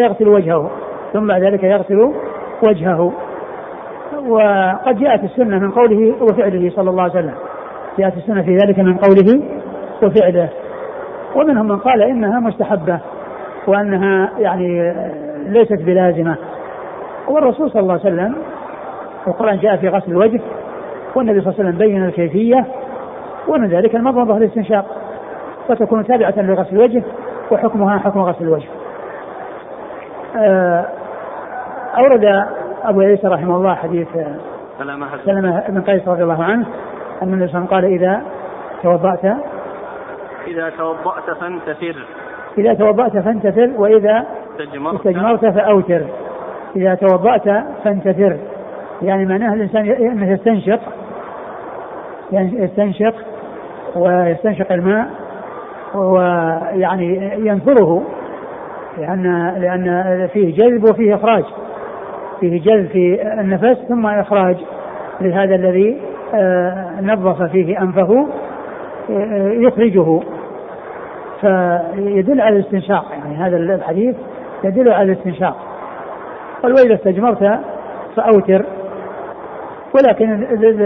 يغسل وجهه. وقد جاءت السنة من قوله وفعله صلى الله عليه وسلم، جاءت السنة في ذلك من قوله وفعله. ومنهم من قال إنها مستحبة وأنها يعني ليست بلازمة. والرسول صلى الله عليه وسلم القرآن جاء في غسل الوجه، والنبي صلى الله عليه وسلم بين الكيفية، ومن ذلك المضمضة والاستنشاق، فتكون تابعة لغسل الوجه وحكمها حكم غسل الوجه. أورد أبو عيسى رحمه الله حديث سلمة بن قيس رضي الله عنه أن النبي صلى الله عليه وسلم قال: إذا توضأت فانتثر وإذا استجمرت فأوتر. إذا توضأت فانتثر يعني معناه الإنسان أنه يستنشق ويستنشق الماء ويعني ينثره، لأن فيه جذب وفيه إخراج، فيه جذب في النفس ثم إخراج لهذا الذي نظف فيه أنفه يخرجه، فيدل على الاستنشاق. يعني هذا الحديث يدل على الاستنشاق. قال: وإذا استجمرت فأوتر. ولكن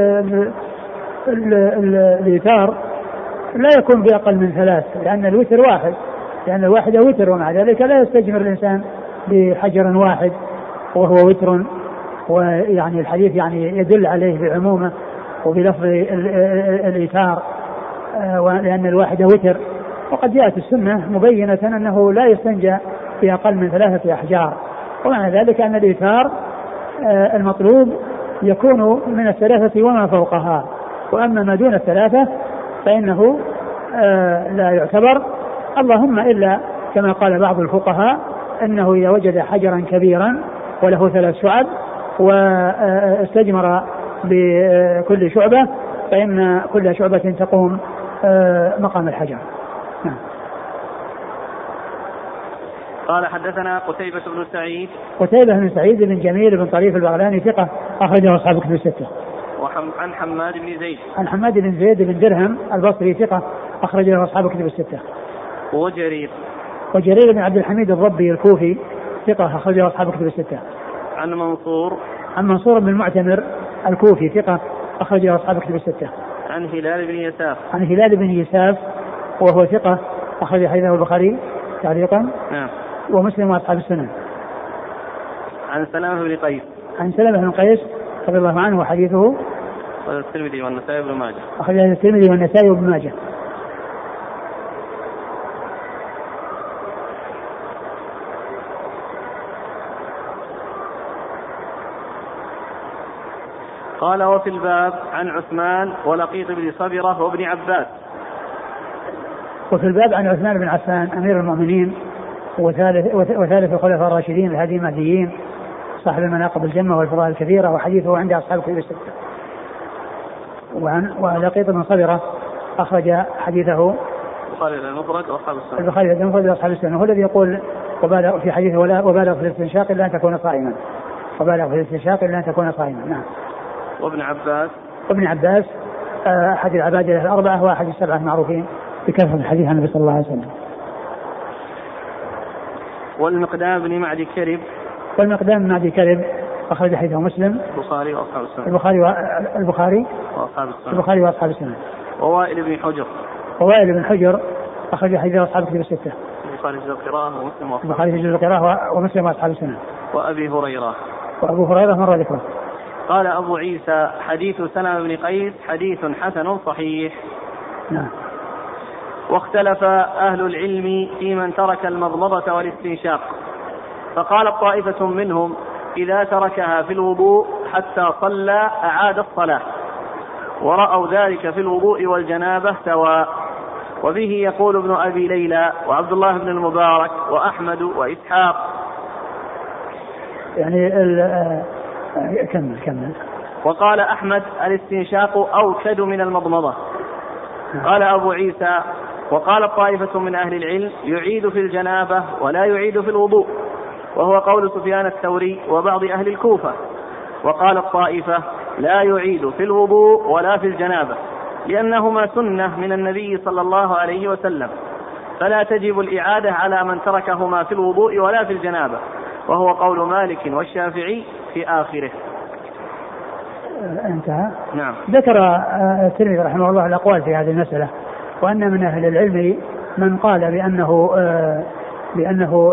الإيتار لا يكون بأقل من 3، لأن الوتر واحد، لأن الواحدة وتر، ومع ذلك لا يستجمر الإنسان بحجر واحد وهو وتر. ويعني الحديث يعني يدل عليه بعمومه وبلفظ الإيتار، لأن الواحدة وتر. وقد جاءت السنة مبينة أنه لا يستنجى بأقل من 3 أحجار، ومعنى ذلك أن الإيتار المطلوب يكون من 3 وما فوقها، وأما ما دون 3 فإنه لا يعتبر، اللهم إلا كما قال بعض الفقهاء أنه إذا وجد حجرا كبيرا وله 3 شعب واستجمر بكل شعبة فإن كل شعبة تقوم مقام الحجر. قال حدثنا قتيبة بن سعيد بن جميل بن طريف البغلاني ثقة أخرجه أصحاب الكتب 6. عن حماد بن زيد بن درهم البصري ثقة أخرجه أصحاب الكتب 6. وجرير بن عبد الحميد الضبي الكوفي ثقة أخرجه أصحاب الكتب 6. عن منصور بن المعتمر الكوفي ثقة أخرجه أصحاب الكتب 6. عن هلال بن يساف وهو ثقة أخرج حديثه البخاري تعليقا ومسلم وأصحاب السنن. عن سلمة بن قيس رضي الله عنه وحديثه الترمذي والنسائي وابن ماجه. أخرج الترمذي والنسائي وابن ماجه. قال: وفي الباب عن عثمان ولقيط بن صبرة وابن عباس. وفي الباب عن عثمان بن عفان أمير المؤمنين وثالث الخلفاء الراشدين الهادي المهديين صاحب المناقب الجمة والفضائل الكثيرة، وحديثه عند أصحاب الكتب الستة. ولقيط بن صبرة أخرج حديثه البخاري المفرد وأصحاب السنة. البخاري المفرد وأصحاب السنة، هو الذي يقول وبالغ في حديثه وبالغ في الاستنشاق إلا أن تكون صائما. وبالغ في الاستنشاق إلا أن تكون صائما. نعم. وابن عباس أحد العبادة الأربعة وأحد السبعة المعروفين بكثرة الحديث عن النبي صلى الله عليه وسلم. والمقدام بن معدي كرب أخرج حديثه مسلم البخاري وأصحاب السنة. البخاري وأصحاب السنة. ووائل بن حجر أخرج حديث أصحاب الكتب الستة. البخاري في جزء القراءة ومسلم وأصحاب السنة. وأبو هريرة مر ذكره. قال أبو عيسى حديث سلمة بن قيس حديث حسن صحيح. نعم. واختلف أهل العلم في من ترك المضمضة والاستنشاق، فقال طائفة منهم إذا تركها في الوضوء حتى صلى أعاد الصلاة، ورأوا ذلك في الوضوء والجنابة سواء. وبه يقول ابن أبي ليلى وعبد الله بن المبارك وأحمد وإسحاق. يعني كمل. وقال أحمد الاستنشاق أوكد من المضمضة. قال أبو عيسى وقال طائفة من أهل العلم يعيد في الجنابة ولا يعيد في الوضوء، وهو قول سفيان الثوري وبعض أهل الكوفة. وقال الطائفة لا يعيد في الوضوء ولا في الجنابة لأنهما سنة من النبي صلى الله عليه وسلم، فلا تجب الإعادة على من تركهما في الوضوء ولا في الجنابة، وهو قول مالك والشافعي في آخره. انتهى. نعم. ذكر الترمذي رحمه الله الأقوال في هذه المسألة، وأن من أهل العلم من قال بأنه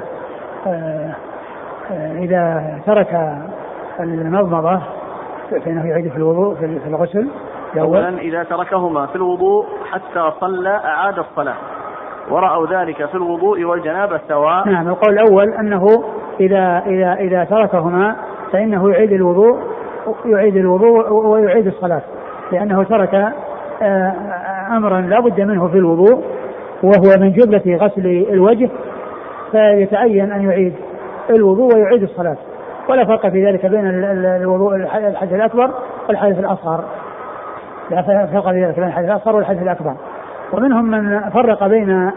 إذا ترك المضمضة فإنه يعيد في الوضوء في الغسل. أولا إذا تركهما في الوضوء حتى صلى أعاد الصلاة، ورأوا ذلك في الوضوء والجنابة سواء. نعم. القول الأول أنه إذا تركهما فإنه يعيد الوضوء ويعيد الصلاة، لأنه ترك أمرا لا بد منه في الوضوء وهو من جملة غسل الوجه، فيتعين أن يعيد الوضوء ويعيد الصلاة، ولا فرق في ذلك بين الوضوء الحدث الأكبر والحدث الأصغر، لا فرق في ذلك بين الحدث الأصغر والحدث الأكبر. ومنهم من فرق بين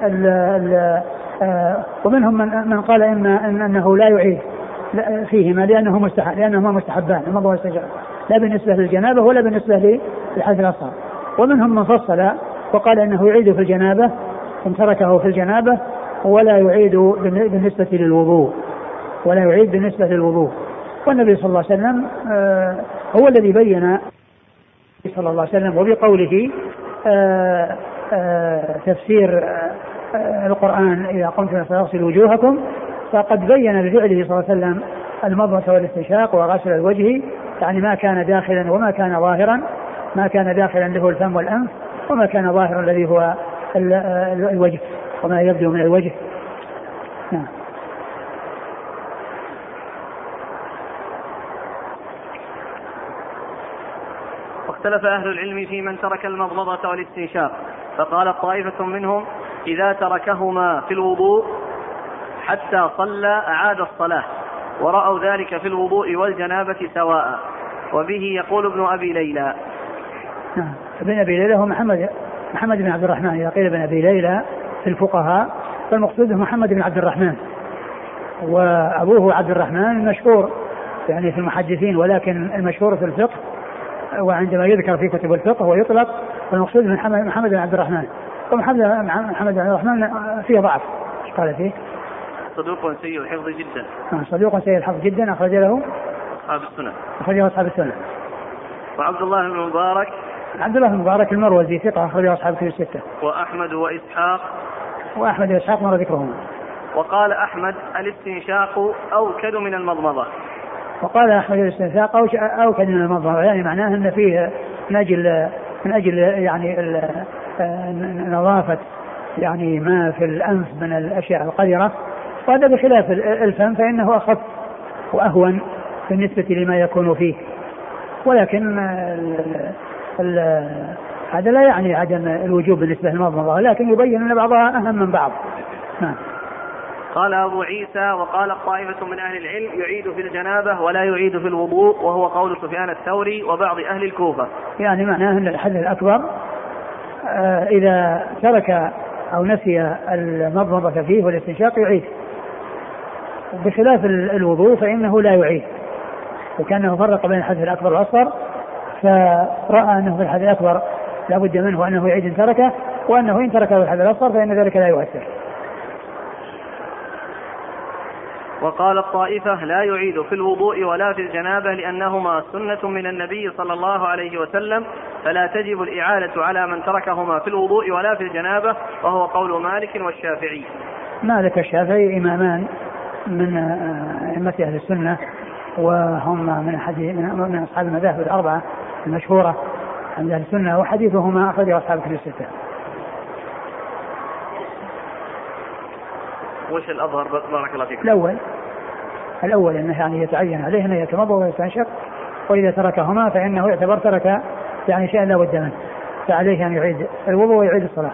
ومنهم من قال أنه لا يعيد فيهما لأنهما مستحبان، المضمضة والاستنشاق، لا بالنسبة للجنابة ولا بالنسبة للحدث الأصغر. ومنهم من فصل وقال أنه يعيد في الجنابة إن تركه في الجنابة ولا يعيد بالنسبة للوضوء. والنبي صلى الله عليه وسلم هو الذي بين صلى الله عليه وسلم وبقوله تفسير القرآن إذا قمتم فاغسلوا وجوهكم، فقد بين بفعله صلى الله عليه وسلم المضمضة والاستنشاق وغسل الوجه، يعني ما كان داخلا وما كان ظاهرا، ما كان داخلا له الفم والأنف، وما كان ظاهرا الذي هو الوجه وما يبدو من الوجه. نعم. واختلف أهل العلم في من ترك المضمضة والاستنشاق، فقال طائفة منهم إذا تركهما في الوضوء حتى صلى أعاد الصلاة، ورأوا ذلك في الوضوء والجنابة سواء. وبه يقول ابن أبي ليلى. نعم. ابن أبي ليلى هو محمد بن عبد الرحمن. إذا قيل ابن أبي ليلى في الفقهاء فالمقصود محمد بن عبد الرحمن، وأبوه عبد الرحمن المشهور يعني في المحدثين، ولكن المشهور في الفقه وعندما يذكر في كتب الفقه ويطلق فالمقصود من محمد بن عبد الرحمن. ومحمد بن عبد الرحمن فيه ضعف. ايش قال فيه؟ صدوق سيء الحفظ جدا. صدوق سيء الحفظ جدا أخرجه أصحاب السنة. وعبد الله بن المبارك. عبد الله بن المبارك المروزي ثقة أخرجه أصحاب الكتب الستة. وأحمد وإسحاق مر ذكرهما. وقال أحمد الاستنشاق أوكد من المضمضة. وقال أحمد الاستنشاق أوكد من المضمضة، يعني معناه أن فيه من أجل يعني نظافة يعني ما في الأنف من الأشياء القذرة، وهذا بخلاف الفم فإنه أخف وأهون بالنسبة لما يكون فيه. ولكن هذا لا يعني عدم الوجوب بالنسبة للمضمضة، لكن يبين أن بعضها أهم من بعض. قال أبو عيسى: وقال طائفة من أهل العلم يعيد في الجنابة ولا يعيد في الوضوء، وهو قول سفيان الثوري وبعض أهل الكوفة. يعني معناه أن الحدث الأكبر إذا ترك أو نسي المضمضة فيه والاستنشاق يعيد، بخلاف الوضوء فإنه لا يعيد، وكأنه فرق بين الحدث الأكبر والأصغر، فرأى أنه في الحدث الأكبر لا بد منه أنه يعيد إن تركه، وأنه إن تركه الحدث الأصغر فإن ذلك لا يؤثر. وقال الطائفة: لا يعيد في الوضوء ولا في الجنابة لأنهما سنة من النبي صلى الله عليه وسلم، فلا تجب الإعادة على من تركهما في الوضوء ولا في الجنابة، وهو قول مالك والشافعي. مالك والشافعي إمامان من أئمة أهل السنة، وهم من أصحاب المذاهب الأربعة المشهورة عند أهل السنة، وحديثهما أخرجه أصحاب الكتب الستة. وش الأظهر بارك الله فيك؟ الأول أنه يعني يتعين عليه أنه يتمضض ويستنشق، وإذا تركهما فإنه يعتبر ترك يعني شيئا لا بد منه، فعليه أن يعيد الوضوء ويعيد الصلاة.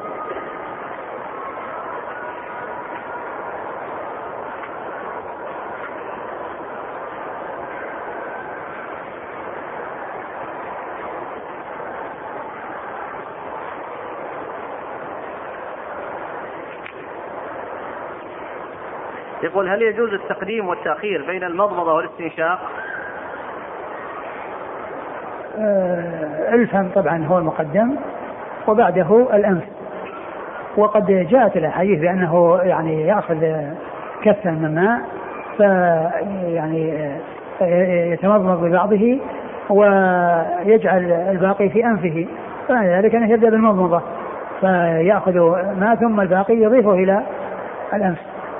يقول: هل يجوز التقديم والتأخير بين المضمضة والاستنشاق؟ الفم طبعا هو المقدم وبعده الأنف، وقد جاءت الأحاديث بأنه يعني يأخذ كفا من ماء فيعني يتمضمض ببعضه ويجعل الباقي في أنفه، فمعنى ذلك أنه يبدأ بالمضمضة فيأخذ ماء ثم الباقي يضيفه إلى الأنف.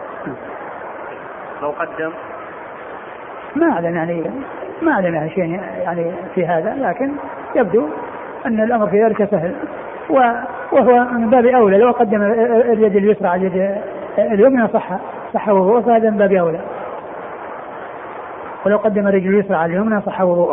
لو قدم ما أعلم يعني شيء يعني في هذا، لكن يبدو أن الأمر في ذلك سهل، وهو من باب أولى لو قدم اليد اليسرى على اليد اليمنى صح وضوءه، فهذا من باب أولى، ولو قدم الرجل اليسرى على اليمنى صح وضوءه.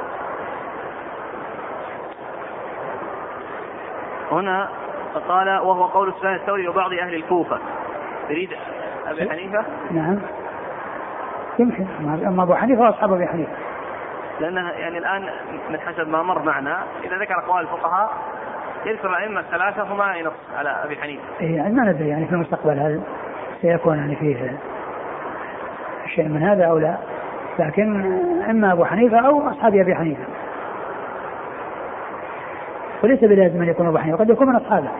هنا قال: وهو قول سفيان الثوري وبعض أهل الكوفة. تريد أبي حنيفة؟ نعم يمكن، أما أبو حنيفة وأصحاب أبي حنيفة، لأنها يعني الآن من حسب ما مر معنا إذا ذكر أقوال الفقهاء يذكر الأئمة الثلاثة فما ينص على أبي حنيفة. يعني ما ندري يعني في المستقبل هل سيكون يعني فيه شيء من هذا أو لا، لكن إما أبو حنيفة أو أصحاب أبي حنيفة، وليس بلازم أن يكون أبو حنيفة، قد يكون من أصحابه،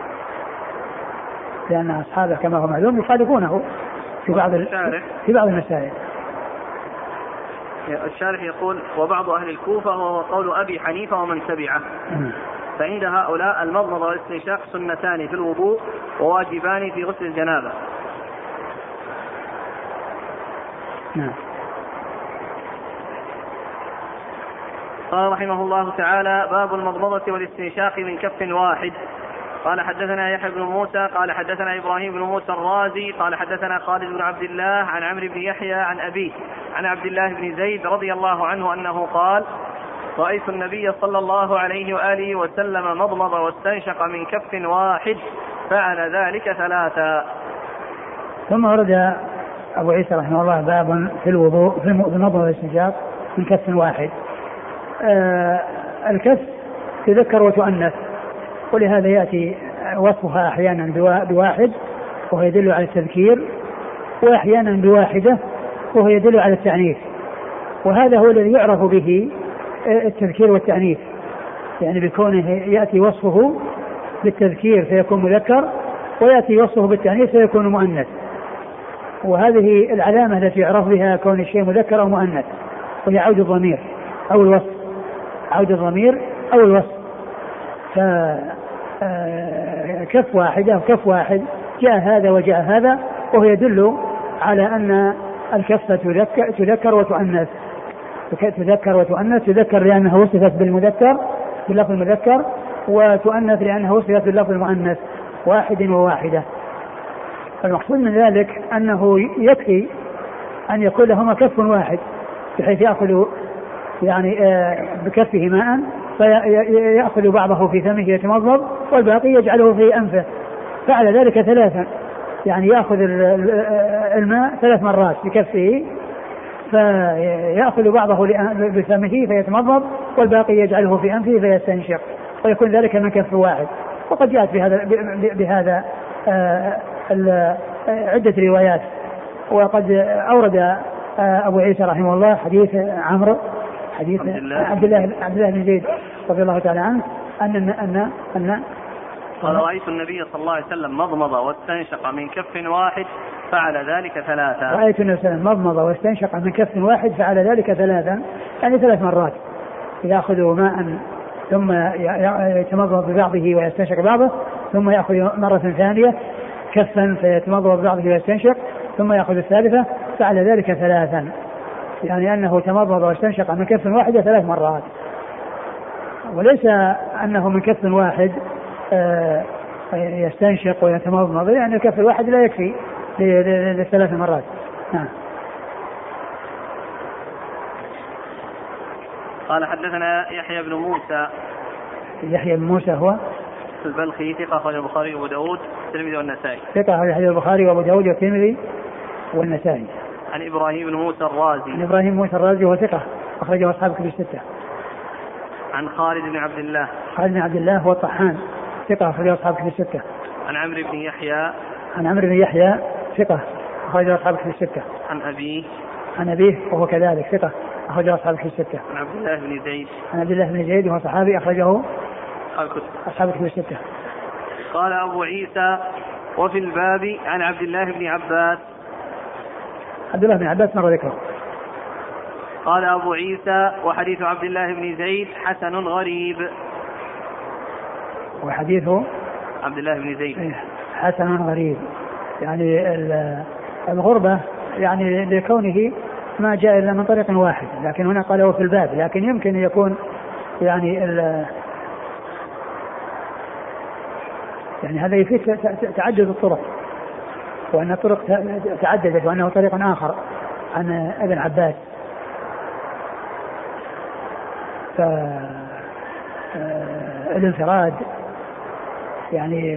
لأن أصحابه كما هو معلوم يخالفونه في بعض المسائل. الشارح يقول: وبعض أهل الكوفة وهو قول أبي حنيفة ومن تبعه، فعند هؤلاء المضمضة والاستنشاق سنتان في الوضوء وواجبان في غسل الجنابة. قال رحمه الله تعالى: باب المضمضة والاستنشاق من كف واحد. قال: حدثنا يحيى بن موسى قال حدثنا إبراهيم بن موسى الرازي قال حدثنا خالد بن عبد الله عن عمرو بن يحيى عن أبيه عن عبد الله بن زيد رضي الله عنه أنه قال: رأيت النبي صلى الله عليه وآله وسلم مضمض واستنشق من كف واحد فعل ذلك ثلاثا. ثم ورد أبو عيسى رحمه الله باب في الوضوء في المضمضة والاستنشاق من كف واحد. الكف تذكر وتؤنث، ولهذا يأتي وصفها أحيانا بواحد وهو يدل على التذكير، وأحيانا بواحدة وهو يدل على التعنيف، وهذا هو الذي يعرف به التذكير والتعنيف، يعني بكونه يأتي وصفه بالتذكير فيكون مذكر، ويأتي وصفه بالتعنيف فيكون مؤنث، وهذه العلامة التي يعرف بها كون الشيء مذكر أو مؤنث، وهي عود الضمير أو الوصف، عود الضمير أو الوصف. فكف واحدة وكف واحد جاء هذا وجاء هذا، وهو يدل على أن الكفة تذكر وتؤنث، تذكر لأنها وصفت بالمذكر باللفظ المذكر، وتؤنث لأنها وصفت باللفظ المؤنث، واحد وواحدة. المقصود من ذلك أنه يكفي أن يكون لهما كف واحد بحيث يأخذ يعني بكفه ماء فيأخذ بعضه في فمه يتمضمض والباقي يجعله في أنفه، فعل ذلك ثلاثا، يعني يأخذ الماء 3 مرات بكفه، فيأخذ بعضه بفمه فيتمضمض والباقي يجعله في أنفه فيستنشق، ويكون ذلك من كف واحد. وقد جاءت بهذا عدة روايات. وقد أورد أبو عيسى رحمه الله حديث عمرو، حديث عبد الله بن زيد رضي الله تعالى عنه أن قال رأيت النبي صلى الله عليه وسلم مضمض واستنشق من كف واحد فعل ذلك 3. رأيت النبي صلى الله عليه وسلم مضمض واستنشق من كف واحد فعل ذلك 3، يعني 3 مرات. يأخذ ماء ثم يتمضمض ببعضه ويستنشق بعضه، ثم يأخذ مرة ثانية كفا فيتمضمض ببعضه ويستنشق، ثم يأخذ الثالثة فعل ذلك 3، يعني أنه تمضمض واستنشق من كف واحد 3 مرات. وليس أنه من كف واحد يستنشق ويتمضمض، يعني الكف الواحد لا يكفي ل3 مرات. قال حدثنا يحيى بن موسى. يحيى بن موسى هو البلخي، ثقة أخرجه البخاري وأبو داود والترمذي والنسائي. ثقة أخرجه البخاري وأبو داود والترمذي والنسائي. عن إبراهيم بن موسى الرازي. عن إبراهيم موسى الرازي وهو ثقة أخرجه أصحاب كتب 6. عن خالد بن عبد الله. خالد بن عبد الله هو الطحان، ثقة أخرجه أصحاب كتب 6. عن عمرو بن يحيى. عن عمرو بن يحيى ثقة أخرجه أصحاب كتب 6. عن أبيه. عن أبيه وهو كذلك ثقة أخرجه أصحاب كتب 6. عن عبد الله بن زيد. عن عبد الله بن زيد وهو صحابي أخرجه أصحاب كتب 6. قال أبو عيسى وفي الباب عن عبد الله بن عباس. عبد الله بن عباس مر ذكره. قال أبو عيسى وحديث عبد الله بن زيد حسن غريب. وحديثه عبد الله بن زيد حسن غريب، يعني الغربة يعني لكونه ما جاء إلا من طريق واحد، لكن هنا قاله في الباب، لكن يمكن يكون يعني هذا يفيد تعدد الطرق، وأن الطرق تعددت وأنه طريق آخر عن ابن عباس. فالانفراد يعني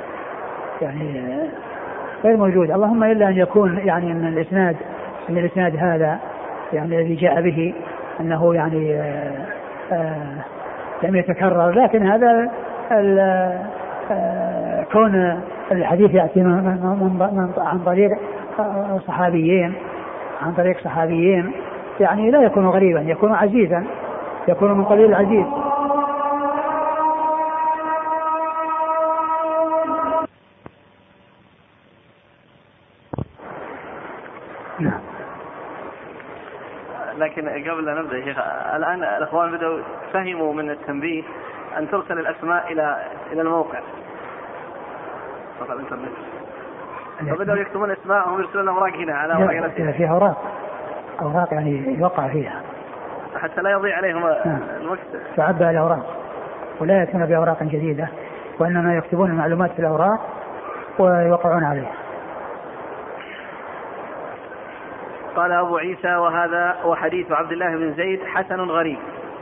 غير موجود، اللهم إلا أن يكون يعني من الإسناد هذا يعني الذي جاء به أنه يعني لم يتكرر، لكن هذا كون الحديث يأتي عن طريق صحابيين يعني لا يكون غريبا، يكون عزيزا، يكون من قبيل العزيز. نعم. لكن قبل أن نبدأ يا شيخ، الآن الأخوان بدأوا فهموا من التنبيه أن ترسل الأسماء إلى الموقع الإنترنت، فبدأوا يكتبون أسماءهم ويرسلون أوراق هنا على أوراق الأسئلة. فيها أوراق يعني يوقع فيها حتى لا يضيع عليهم الوقت. تعبى الأوراق ولا يأتون بأوراق جديدة، وإنما يكتبون المعلومات في الأوراق ويوقعون عليها. قال أبو عيسى وهذا وحديث عبد الله بن زيد حسن غريب.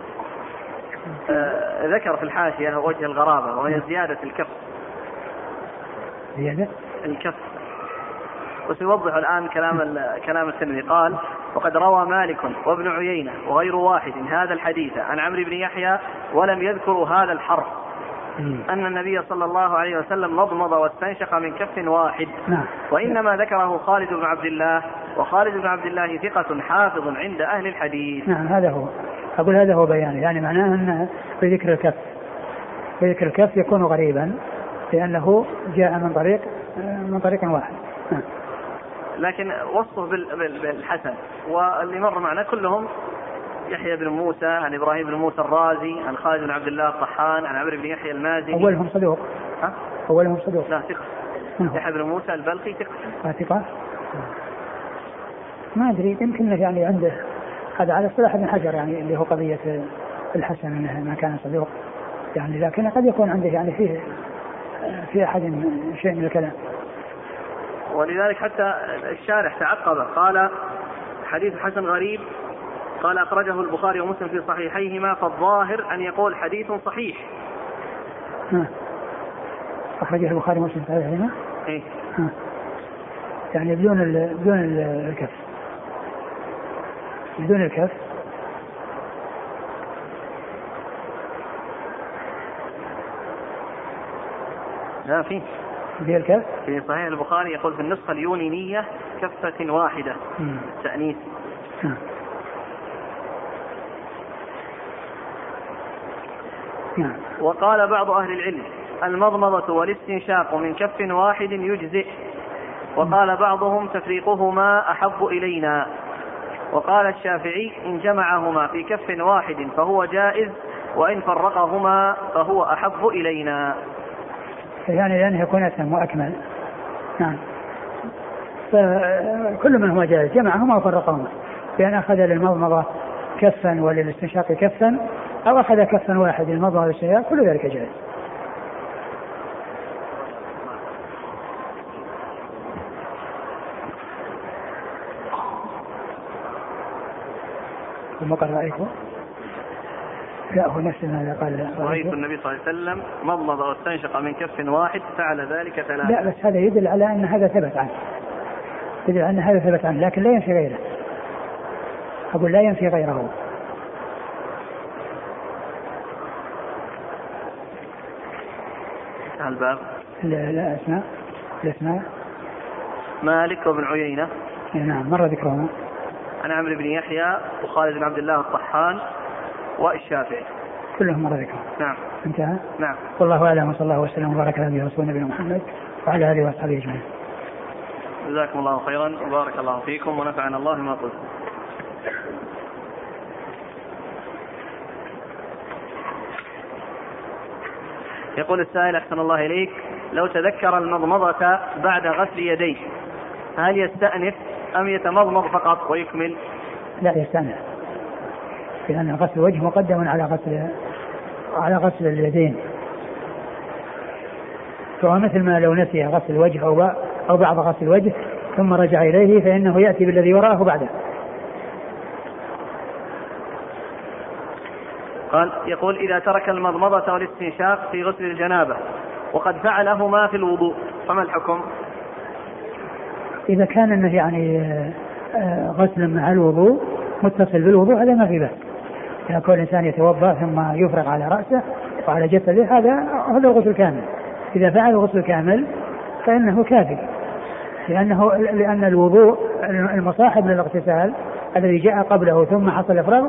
ذكر في الحاشية وجه الغرابة وهي زيادة الكف. زيادة الكف. وسيوضح الآن كلام الترمذي. قال وقد روى مالك وابن عيينة وغير واحد هذا الحديث عن عمرو بن يحيى ولم يذكروا هذا الحرف، أن النبي صلى الله عليه وسلم مضمض واستنشق من كف واحد. وإنما ذكره خالد بن عبد الله، وخالد بن عبد الله ثقة حافظ عند أهل الحديث. نعم هذا هو، أقول هذا هو بيانه، يعني معناه أن بذكر الكف يكون غريبا لأنه جاء من طريق واحد. لكن وصفه بالحسن، واللي مر معنا كلهم يحيى بن موسى عن إبراهيم بن موسى الرازي عن خالد بن عبد الله الطحان عن عمرو بن يحيى المازني. أولهم صدوق. لا ثقة. يحيى بن موسى البلخي ثقة. ما أدري يمكن يعني عنده هذا على اصطلاح ابن حجر، يعني اللي هو قضية الحسن أنه ما كان صدوق يعني، لكن قد يكون عنده يعني في أحد شيء من الكلام. ولذلك حتى الشارح تعقب قال حديث حسن غريب، قال أخرجه البخاري ومسلم في صحيحيهما، فالظاهر أن يقول حديث صحيح. أخرجه البخاري ومسلم في صحيحيهما. يعني بدون الكف، بدون الكف. لا في الكف في صحيح البخاري يقول في النسخة اليونانية كفة واحدة تأنيث. وقال بعض أهل العلم المضمضة والاستنشاق من كف واحد يجزئ، وقال بعضهم تفريقهما أحب إلينا، وقال الشافعي إن جمعهما في كف واحد فهو جائز، وإن فرقهما فهو أحب إلينا. يعني لأنه يكون أتم وأكمل. نعم. فكل من هو جائز جمعهما وفرقهما، بأن أخذ للمضمضة كفا وللاستنشاق كفا، أو أخذ كفا واحد للمضمضة والاستنشاق، كل ذلك جائز. ثم قال رأيته، لا هو نفس ما قال رأيت النبي صلى الله عليه وسلم مضمض واستنشق من كف واحد فعل ذلك ثلاثة. لا بس هذا يدل على أن هذا ثبت عنه، يدل على أن هذا ثبت عنه، لكن لا ينفي غيره. أقول لا ينفي غيره. الباب لا الأسماء مالك وابن عيينة. نعم مر ذكرهما. عن عمرو بن يحيى وخالد بن عبد الله الطحان والشافعي كلهم مر ذكرهم. نعم. انتهى. نعم. والله أعلم، وصلى الله وسلم وبارك على رسول نبينا محمد وعلى آله وصحبه أجمعين. جزاكم الله خيرا وبارك الله فيكم ونفعنا الله ما قلت. يقول السائل أحسن الله إليك، لو تذكر المضمضة بعد غسل يديه هل يستأنف أم يتمضمض فقط ويكمل؟ لا يستأنف، لأن غسل الوجه مقدم على غسل اليدين، فهو مثل ما لو نسي غسل الوجه أو بعض غسل الوجه ثم رجع إليه فإنه يأتي بالذي وراءه بعده. قال يقول إذا ترك المضمضة والاستنشاق في غسل الجنابة وقد فعلهما في الوضوء فما الحكم؟ إذا كان أنه يعني غسل مع الوضوء متصل بالوضوء هذا ما في بأس. إذا كل إنسان يتوضأ ثم يفرغ على رأسه وعلى جسده هذا الغسل كامل. إذا فعل الغسل كامل فإنه كافي، لأن الوضوء المصاحب للاغتسال الذي جاء قبله ثم حصل إفراغ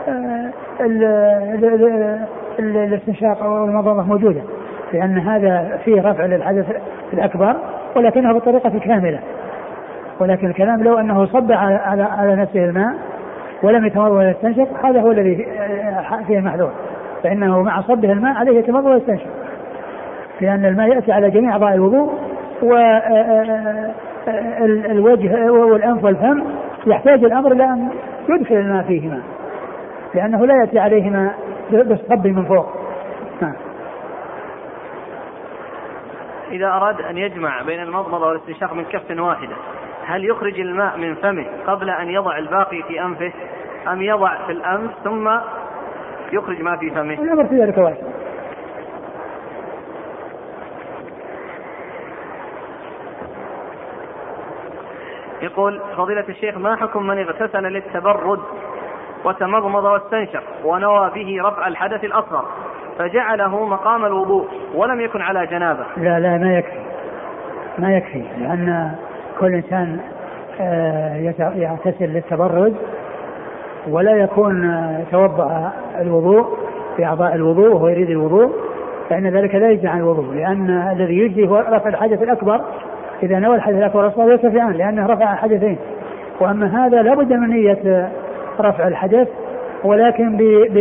الاستنشاق أو المضمضة موجودة، لأن هذا فيه رفع للحدث الأكبر ولكنه بالطريقة كاملة. ولكن الكلام لو أنه صب على نفسه الماء ولم يتمضمض ولا يستنشق هذا هو الذي فيه المحذور، فإنه مع صبه الماء عليه يتمضمض ويستنشق، لأن الماء يأتي على جميع أعضاء الوضوء، والوجه والأنف والفم يحتاج الأمر إلى أن يدخل الماء فيهما، لأنه لا يأتي عليهما بالصب من فوق. إذا أراد أن يجمع بين المضمضة والاستنشاق من كف واحدة هل يخرج الماء من فمه قبل أن يضع الباقي في أنفه أم يضع في الأنف ثم يخرج ما في فمه؟ الأمر في ذلك واسع. يقول فضيلة الشيخ ما حكم من اغتسل للتبرد وتمضمض واستنشق ونوى به رفع الحدث الأصغر فجعله مقام الوضوء ولم يكن على جنابه؟ لا ما يكفي، لأن كل إنسان يغتسل للتبرد ولا يكون توضأ الوضوء في أعضاء الوضوء وهو يريد الوضوء، فإن ذلك لا يجزي عن الوضوء، لأن الذي يجزي هو رفع الحدث الأكبر. إذا نوى الحدث الأكبر أصلا يرتفعان لأنه رفع حدثين، وأما هذا لا بد من نية رفع الحدث، ولكن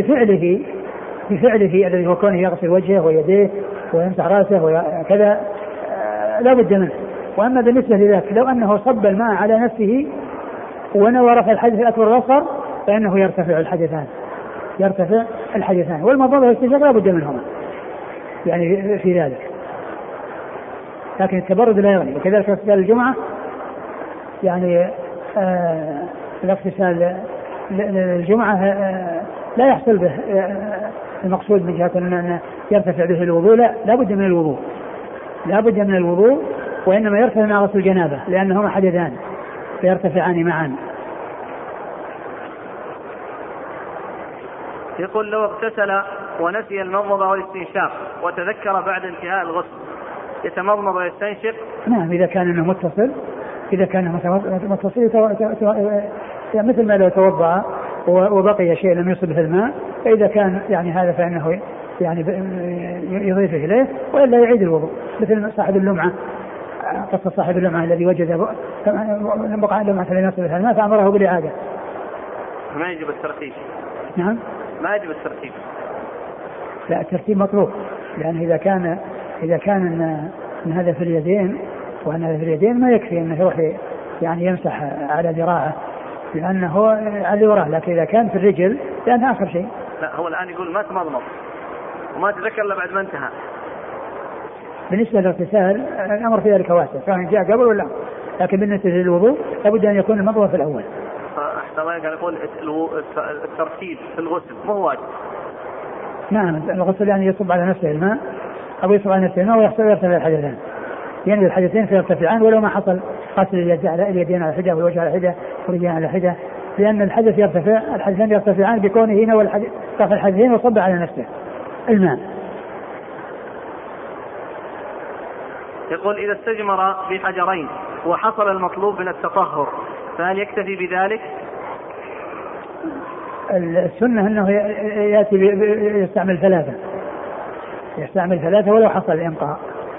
بفعله الذي هو كونه يغسل وجهه ويديه ويمسح رأسه وكذا لا بد منه. وأما بالنسبة لذلك لو أنه صب الماء على نفسه ونوى رفع الحدث الأكبر والأصغر فإنه يرتفع الحدثان، والمضمضة والاستنشاق لا بد منهما يعني في ذلك، لكن التبرد لا يغني. وكذلك اغتسال الجمعة يعني الاغتسال الجمعة لا يحصل به المقصود من جهة أن يرتفع به الوضوء، لا بد من الوضوء وإنما يرتفع مع غسل الجنابة لأنهما حدثان فيرتفعان معا. يقول لو اغتسل ونسي المضمضة والاستنشاق وتذكر بعد انتهاء الغسل يتمضمض ويستنشق؟ نعم إذا كان انه متصل، إذا كان متصل يعني مثل ما لو توضأ وبقي شيء لم يصب به الماء، فإذا كان يعني هذا فإنه يعني يضيف إليه وإلا يعيد الوضوء، مثل صاحب اللمعة، قصة صاحب اللمعة الذي وجد بقع اللمعة لم يصب بها الماء فأمره بالإعادة. ما يجب الترتيب. نعم ما يجب الترتيب. لا الترتيب مطلوب، لأن إذا كان إن هذا في اليدين وأن هذا في اليدين ما يكفي أنه يروح يعني يمسح على ذراعه لأنه على وراه، لكن إذا كان في الرجل لأنه آخر شيء. لا هو الآن يقول ما تمضمض وما تذكر إلا بعد ما انتهى. بالنسبة للاغتسال الأمر في ذلك واسع، سواء جاء قبل ولا، لكن بالنسبة للوضوء لابد أن يكون المضمضة في الأول. أحسن الله كان يقول الترتيب في الغسل مو واجب. نعم الغسل يعني يصب على نفسه الماء أو يصب على نفسه الماء ويرتفع الحدثان، يعني الحدثين فيرتفعان ولو ما حصل غسل اليدين على حدة والوجه على حدة والرجلين على حدة، لأن الحدث يرتفع، الحدثين يرتفعان بكونه هنا رفع الحدثين وصب على نفسه الماء. يقول إذا استجمر بحجرين وحصل المطلوب من التطهر فهل يكتفي بذلك؟ السنة أنه يأتي يستعمل ثلاثة ولو حصل الإنقاء.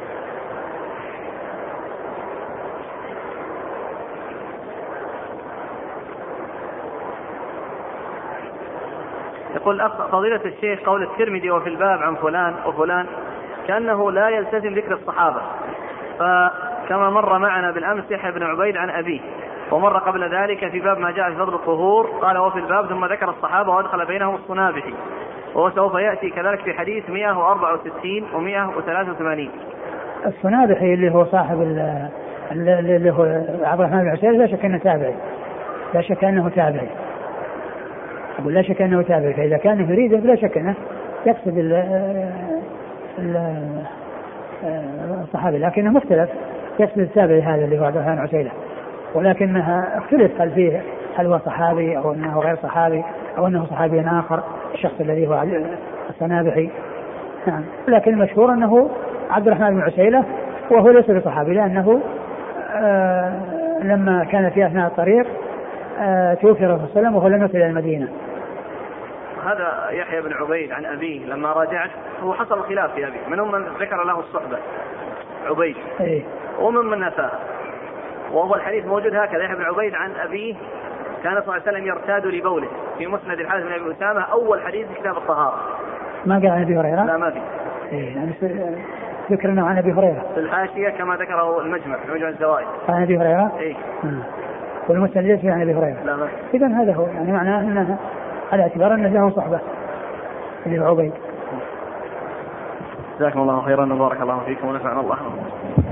يقول فضيلة الشيخ قول الترمذي وفي الباب عن فلان وفلان كأنه لا يلتزم ذكر الصحابة، فكما مر معنا بالأمس يحيى بن عبيد عن أبيه، ومر قبل ذلك في باب ما جاء في فضل الطهور قال وفي الباب ثم ذكر الصحابة وأدخل بينهم الصنابحي، وهو سوف يأتي كذلك في حديث 164 و183. الصنابحي اللي هو صاحب اللي هو عبد الرحمن بن عسير لا شك أنه تابعي، لا شك أنه تابعي، أقول لا شك أنه تابعي، فإذا كان يريد لا شك أنه يقصد الصحابي، لكنه مختلف يقصد التابعي هذا اللي هو عبد الرحمن بن عسير، ولكنها اختلف هل هو صحابي أو أنه غير صحابي أو أنه صحابي آخر الشخص الذي هو الصنابحي. نعم لكن المشهور أنه عبد الرحمن بن عسيلة وهو ليس بصحابي، لأنه لما كان في أثناء الطريق توفي الرسول صلى الله عليه وسلم وهو لم يصل إلى المدينة. هذا يحيى بن عبيد عن أبيه لما راجعت هو حصل خلاف في أبيه، منهم من ذكر له الصحبة عبيد ومن نفاها، وهو الحديث موجود هكذا. يحيى بن عبيد عن أبيه كان صلى الله عليه وسلم يرتاد لبوله في مسند الحارث بن أبي أسامة أول حديث في كتاب الطهارة. ما قال عن أبي هريرة؟ لا ما في. يعني ذكرنا عن أبي هريرة في الحاشية كما ذكره المجمع في مجمع الزوائد عن أبي هريرة. والمسند ليس عن أبي هريرة. لا ما. إذن هذا هو يعني معناه أنه على اعتبار أنه له صحبة اللي هو عبيد. جزاكم الله خيرا وبارك الله فيكم ونفعنا الله.